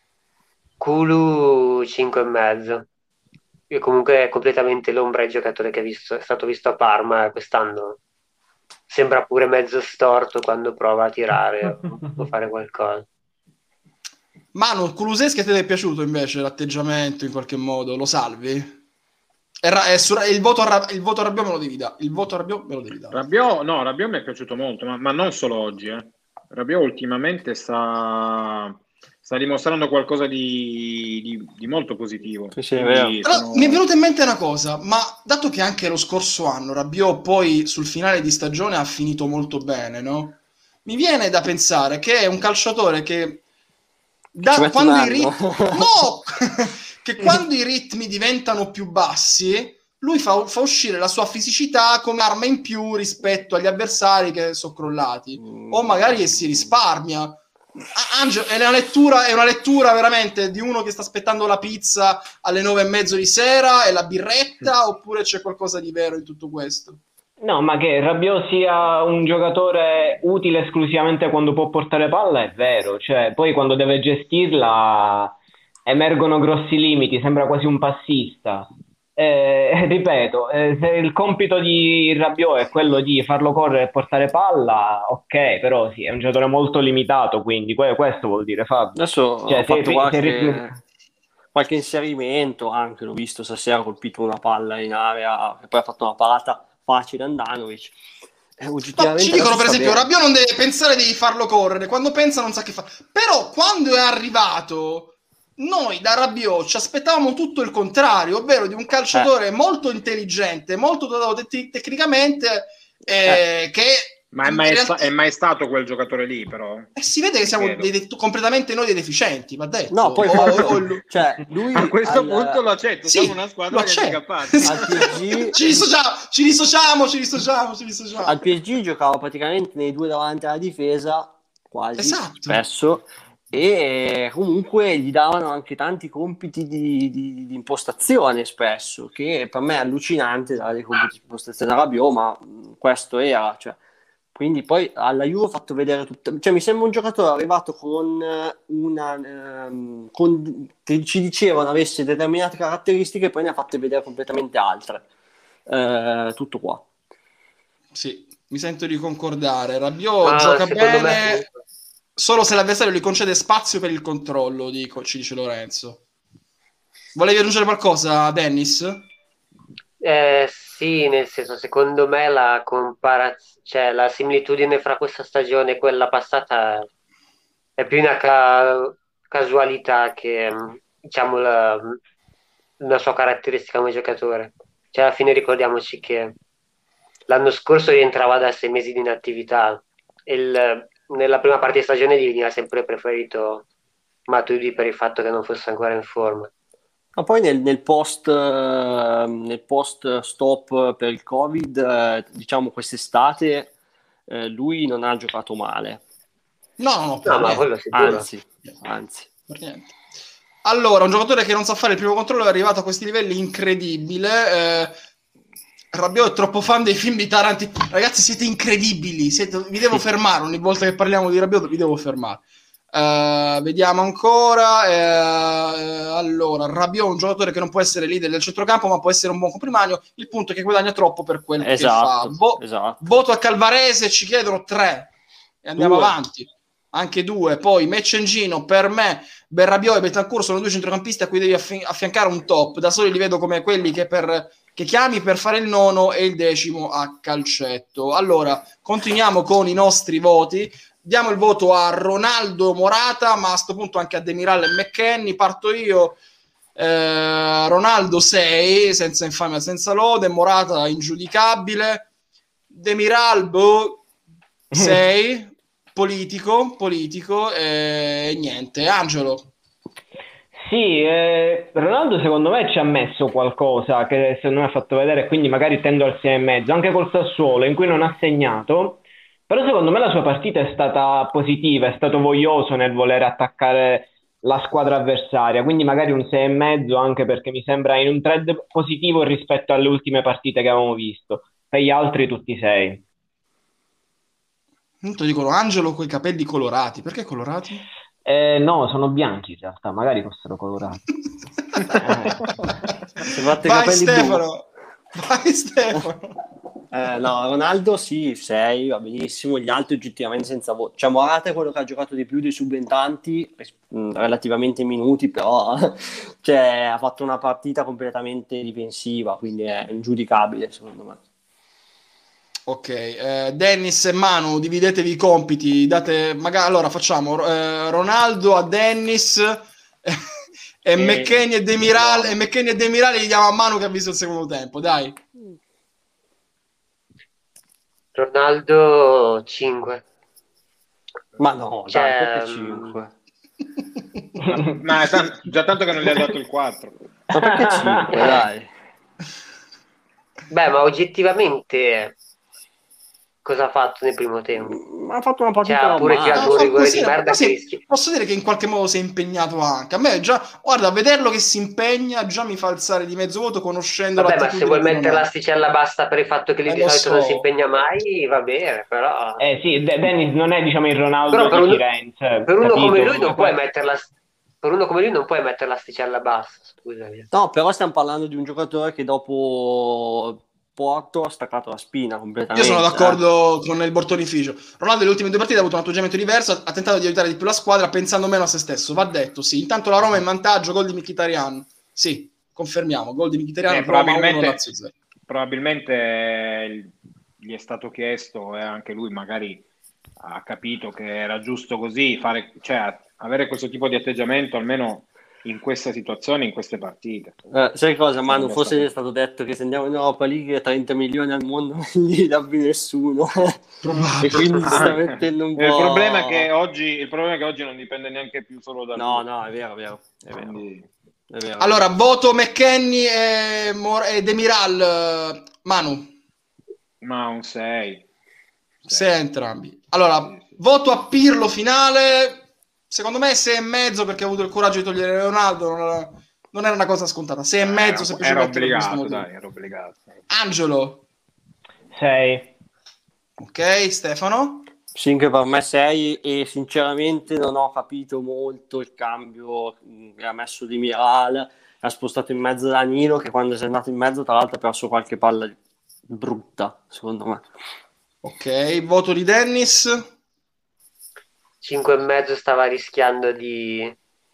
Kulu 5,5. Io comunque è completamente l'ombra del giocatore che è stato visto a Parma quest'anno. Sembra pure mezzo storto quando prova a tirare o fare qualcosa. Manu, Kulusevski a te ti è piaciuto invece l'atteggiamento in qualche modo? Lo salvi? Il voto a Rabiot me lo devi dare. Rabiot mi è piaciuto molto, ma non solo oggi. Rabiot ultimamente sta dimostrando qualcosa di molto positivo. Sì, è vero. Mi è venuta in mente una cosa, ma dato che anche lo scorso anno Rabiot poi sul finale di stagione ha finito molto bene, no? Mi viene da pensare che è un calciatore che quando i ritmi diventano più bassi, lui fa uscire la sua fisicità come arma in più rispetto agli avversari che sono crollati, o magari che si risparmia. Angelo, è una lettura veramente di uno che sta aspettando la pizza alle 9:30 di sera e la birretta, oppure c'è qualcosa di vero in tutto questo? No, ma che Rabiot sia un giocatore utile esclusivamente quando può portare palla è vero, cioè poi quando deve gestirla emergono grossi limiti, sembra quasi un passista. Ripeto, se il compito di Rabiot è quello di farlo correre e portare palla, ok, però sì, è un giocatore molto limitato, quindi questo vuol dire Fabio. Adesso ha fatto qualche inserimento, anche l'ho visto stasera, ha colpito una palla in area e poi ha fatto una parata facile Andanovic. Ci dicono per esempio Rabiot non deve pensare, devi farlo correre, quando pensa non sa che fa, però quando è arrivato noi da Rabiot ci aspettavamo tutto il contrario, ovvero di un calciatore molto intelligente, molto dotato tecnicamente, che ma è mai stato quel giocatore lì, però. Si vede che siamo completamente noi dei deficienti, va detto. No, poi lui a questo punto lo accetto, siamo una squadra che è capace. Ci dissociamo. Al PSG giocava praticamente nei due davanti alla difesa, quasi, spesso, e comunque gli davano anche tanti compiti di impostazione spesso, che per me è allucinante dare dei compiti di impostazione a Rabiot, ma questo era, cioè. Quindi poi alla Juve ho fatto vedere tutto, cioè mi sembra un giocatore arrivato con che ci dicevano avesse determinate caratteristiche e poi ne ha fatte vedere completamente altre. Tutto qua. Sì, mi sento di concordare. Rabiot gioca bene solo se l'avversario gli concede spazio per il controllo, ci dice Lorenzo. Volevi aggiungere qualcosa, Dennis? Sì, nel senso, secondo me la similitudine fra questa stagione e quella passata è più una casualità che, diciamo, la sua caratteristica come giocatore. Cioè, alla fine ricordiamoci che l'anno scorso rientrava da 6 mesi di inattività e nella prima parte di stagione gli veniva sempre preferito Matuidi per il fatto che non fosse ancora in forma. Ma poi nel post stop per il Covid, diciamo quest'estate, lui non ha giocato male, No, per No, ma niente. quello sicuro. anzi. Per niente. Allora, un giocatore che non sa fare il primo controllo è arrivato a questi livelli incredibile. Rabiot è troppo fan dei film di Tarantino. Ragazzi, siete incredibili. Vi devo fermare ogni volta che parliamo di Rabiot, vi devo fermare. Vediamo ancora. Allora, Rabiot è un giocatore che non può essere leader del centrocampo, ma può essere un buon comprimario. Il punto è che guadagna troppo per quello che fa. Esatto. Voto a Calvarese, ci chiedono 3 e andiamo 2. avanti. Anche 2. Poi Meccengino, per me Rabiot e Bentancur sono 2 centrocampisti a cui devi affiancare un top. Da soli li vedo come quelli che chiami per fare il 9° e il 10° a calcetto. Allora, continuiamo con i nostri voti. Diamo il voto a Ronaldo, Morata, ma a sto punto anche a Demiral e McKennie. Parto io. Ronaldo 6, senza infamia, senza lode. Morata ingiudicabile. Demiral 6, politico e niente. Angelo. Sì, Ronaldo secondo me ci ha messo qualcosa che secondo me ha fatto vedere, quindi magari tendo al 6,5, anche col Sassuolo in cui non ha segnato, però secondo me la sua partita è stata positiva, è stato voglioso nel voler attaccare la squadra avversaria, quindi magari un 6,5 anche perché mi sembra in un trend positivo rispetto alle ultime partite che avevamo visto, per gli altri tutti 6. Intanto dicono Angelo con i capelli colorati, perché colorati? No, sono bianchi in realtà, magari fossero colorati. Vai Stefano. No, Ronaldo sì, 6, va benissimo. Gli altri oggettivamente senza voto. Cioè Morata è quello che ha giocato di più dei subentanti, relativamente minuti, però cioè, ha fatto una partita completamente difensiva, quindi è ingiudicabile secondo me. Ok, Dennis e Manu, dividetevi i compiti, date, magari allora facciamo Ronaldo a Dennis e McKennie e Demiral, no. E McKennie e Demiral gli diamo a Manu che ha visto il secondo tempo, dai. Ronaldo 5. Ma no, dai, perché 5? Ma già tanto che non gli ha dato il 4. Ma perché 5, dai? Beh, ma oggettivamente cosa ha fatto nel primo tempo? Ha fatto una partita pure tirato un rigore di merda. Posso dire che in qualche modo si è impegnato anche. A me già, guarda, vederlo che si impegna già mi fa alzare di mezzo voto conoscendo l'attitudine. Vabbè, ma se vuoi mettere l'asticella basta per il fatto che lui di solito non si impegna mai, va bene, però... sì, Dennis non è, diciamo, il Ronaldo di Firenze. Per uno come lui non puoi metterla... Per uno come lui non puoi mettere l'asticella bassa, scusami. No, però stiamo parlando di un giocatore che dopo Porto ha staccato la spina completamente. Io sono d'accordo con il bortonificio. Ronaldo nelle ultime 2 partite ha avuto un atteggiamento diverso, ha tentato di aiutare di più la squadra pensando meno a se stesso, va detto, sì. Intanto la Roma è in vantaggio, gol di Mkhitaryan. Sì, confermiamo, gol di Mkhitaryan, probabilmente gli è stato chiesto e anche lui magari ha capito che era giusto così, avere questo tipo di atteggiamento almeno in questa situazione, in queste partite. Sai cosa, Manu? Forse gli è stato detto che se andiamo in Europa League 30 milioni al mondo non gli dà più nessuno. E quindi si sta mettendo un po'... Il problema è che oggi non dipende neanche più solo da lui. No, è vero. Quindi... È vero. Allora, voto McKennie e Demiral. Manu? Ma un 6. 6 entrambi. Allora, voto a Pirlo finale... Secondo me 6,5 perché ha avuto il coraggio di togliere Ronaldo, non era una cosa scontata. 6,5 semplicemente. Era obbligato. Angelo? 6. Ok, Stefano? 5 per me 6 e sinceramente non ho capito molto il cambio che ha messo Di Miral, ha spostato in mezzo Danilo che quando si è andato in mezzo tra l'altro ha perso qualche palla brutta, secondo me. Ok, voto di Dennis? 5,5 stava rischiando di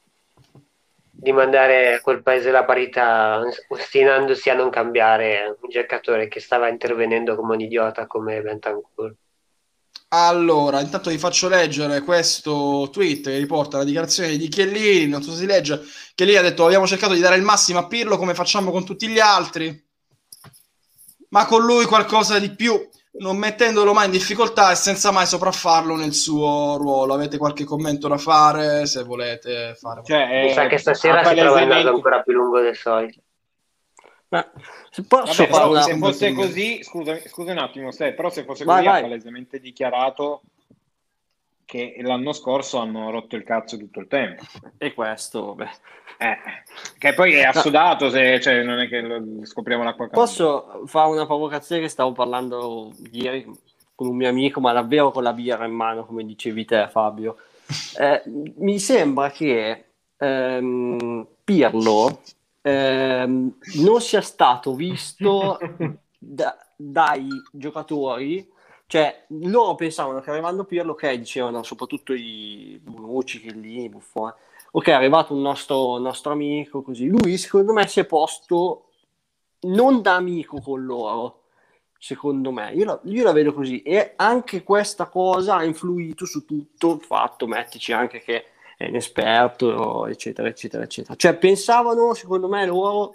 mandare a quel paese la parità, ostinandosi a non cambiare un giocatore che stava intervenendo come un idiota come Bentancur. Allora, intanto vi faccio leggere questo tweet che riporta la dichiarazione di Chiellini, non so se si legge. Chiellini ha detto: abbiamo cercato di dare il massimo a Pirlo come facciamo con tutti gli altri, ma con lui qualcosa di più. non mettendolo mai in difficoltà e senza mai sopraffarlo nel suo ruolo. Avete qualche commento da fare, se volete fare? Mi sa che stasera si trova il naso ancora più lungo del solito. Se posso fare una... se fosse così, scusa un attimo, però se fosse così ha palesemente dichiarato che l'anno scorso hanno rotto il cazzo tutto il tempo. E questo, beh. Che poi è assodato, cioè non è che lo scopriamo l'acqua calda. Posso fare una provocazione? Che stavo parlando ieri con un mio amico, ma davvero con la birra in mano, come dicevi te, Fabio. Mi sembra che Pirlo non sia stato visto dai giocatori, cioè loro pensavano che arrivando Pirlo, ok, dicevano soprattutto i Bonucci, Chiellini, Buffon, ok, è arrivato un nostro amico, così. Lui secondo me si è posto non da amico con loro, secondo me, io la vedo così, e anche questa cosa ha influito su tutto il fatto, mettici anche che è inesperto, eccetera, eccetera, eccetera. Cioè pensavano, secondo me, loro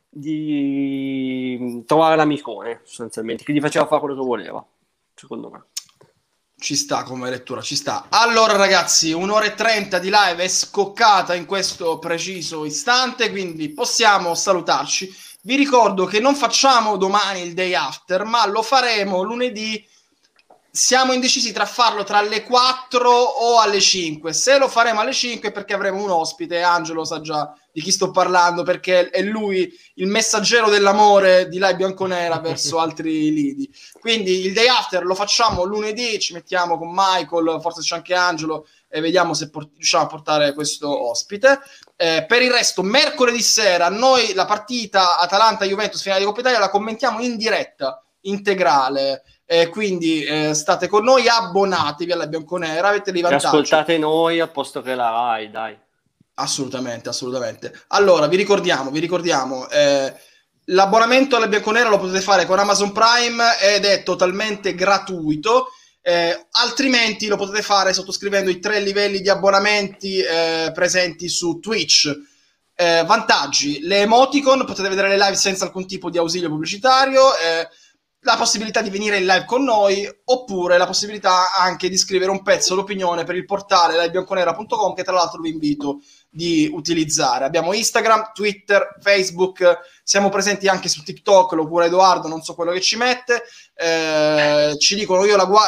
di trovare l'amicone, sostanzialmente, che gli faceva fare quello che voleva, secondo me. Ci sta come lettura, ci sta. Allora ragazzi, 1 ora e 30 di live è scoccata in questo preciso istante, quindi possiamo salutarci. Vi ricordo che non facciamo domani il day after, ma lo faremo lunedì. Siamo indecisi tra farlo tra le 4 o alle 5. Se lo faremo alle 5 è perché avremo un ospite, Angelo sa già di chi sto parlando, perché è lui il messaggero dell'amore di Live Bianconera verso altri lidi. Quindi il day after lo facciamo lunedì, ci mettiamo con Michael, forse c'è anche Angelo, e vediamo se riusciamo a portare questo ospite. Per il resto, mercoledì sera, noi la partita Atalanta-Juventus finale di Coppa Italia la commentiamo in diretta, integrale. Quindi state con noi, abbonatevi alla Bianconera, avete dei vantaggi. Ascoltate noi al posto che la Rai, dai. Assolutamente. Allora, vi ricordiamo, l'abbonamento alla Bianconera lo potete fare con Amazon Prime ed è totalmente gratuito. Altrimenti lo potete fare sottoscrivendo i 3 livelli di abbonamenti presenti su Twitch. Vantaggi: le emoticon, potete vedere le live senza alcun tipo di ausilio pubblicitario, la possibilità di venire in live con noi, oppure la possibilità anche di scrivere un pezzo d'opinione per il portale livebianconera.com, che tra l'altro vi invito di utilizzare. Abbiamo Instagram, Twitter, Facebook, siamo presenti anche su TikTok, lo cura Edoardo, non so quello che ci mette. Ci dicono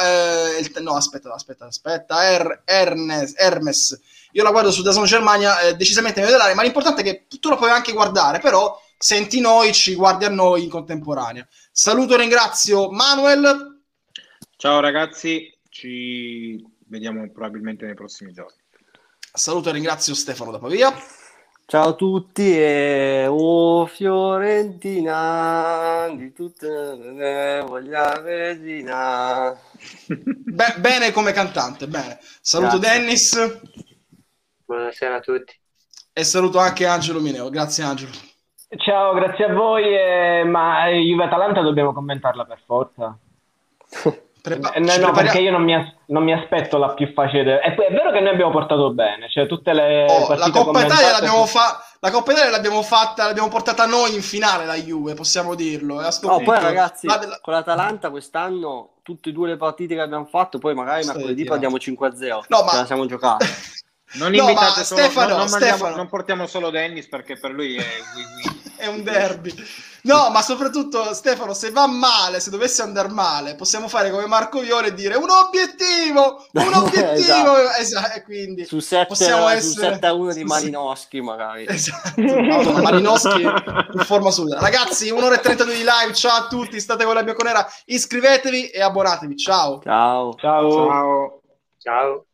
Hermes, io la guardo su DAZN Germania, decisamente meglio dell'area, ma l'importante è che tu lo puoi anche guardare, però senti noi, ci guardi a noi in contemporanea. Saluto e ringrazio Manuel. Ciao ragazzi, ci vediamo probabilmente nei prossimi giorni. Saluto e ringrazio Stefano da Pavia. Ciao a tutti e Fiorentina di tutte le voglia regina. Bene come cantante, bene. Saluto Grazie. Dennis. Buonasera a tutti. E saluto anche Angelo Mineo. Grazie Angelo. Ciao, grazie a voi, ma Juve-Atalanta dobbiamo commentarla per forza. No, perché io non mi aspetto la più facile. È vero che noi abbiamo portato bene, cioè tutte le la Coppa Italia l'abbiamo fatta, l'abbiamo portata noi in finale la Juve, possiamo dirlo. Poi ragazzi, con l'Atalanta quest'anno tutte e 2 le partite che abbiamo fatto, poi magari mercoledì parliamo 5-0. No, ma ce la siamo giocate. Non invitate solo Stefano, non portiamo solo Dennis, perché per lui è è un derby. No, ma soprattutto Stefano, se va male, se dovesse andare male, possiamo fare come Marco Viore e dire un obiettivo, esatto. Quindi su 7-1 di Malinowski magari. Esatto. Malinowski in forma assoluta. Ragazzi, 1 ora e 32 di live, ciao a tutti, state con la Bianconera, iscrivetevi e abbonatevi, ciao. Ciao. Ciao.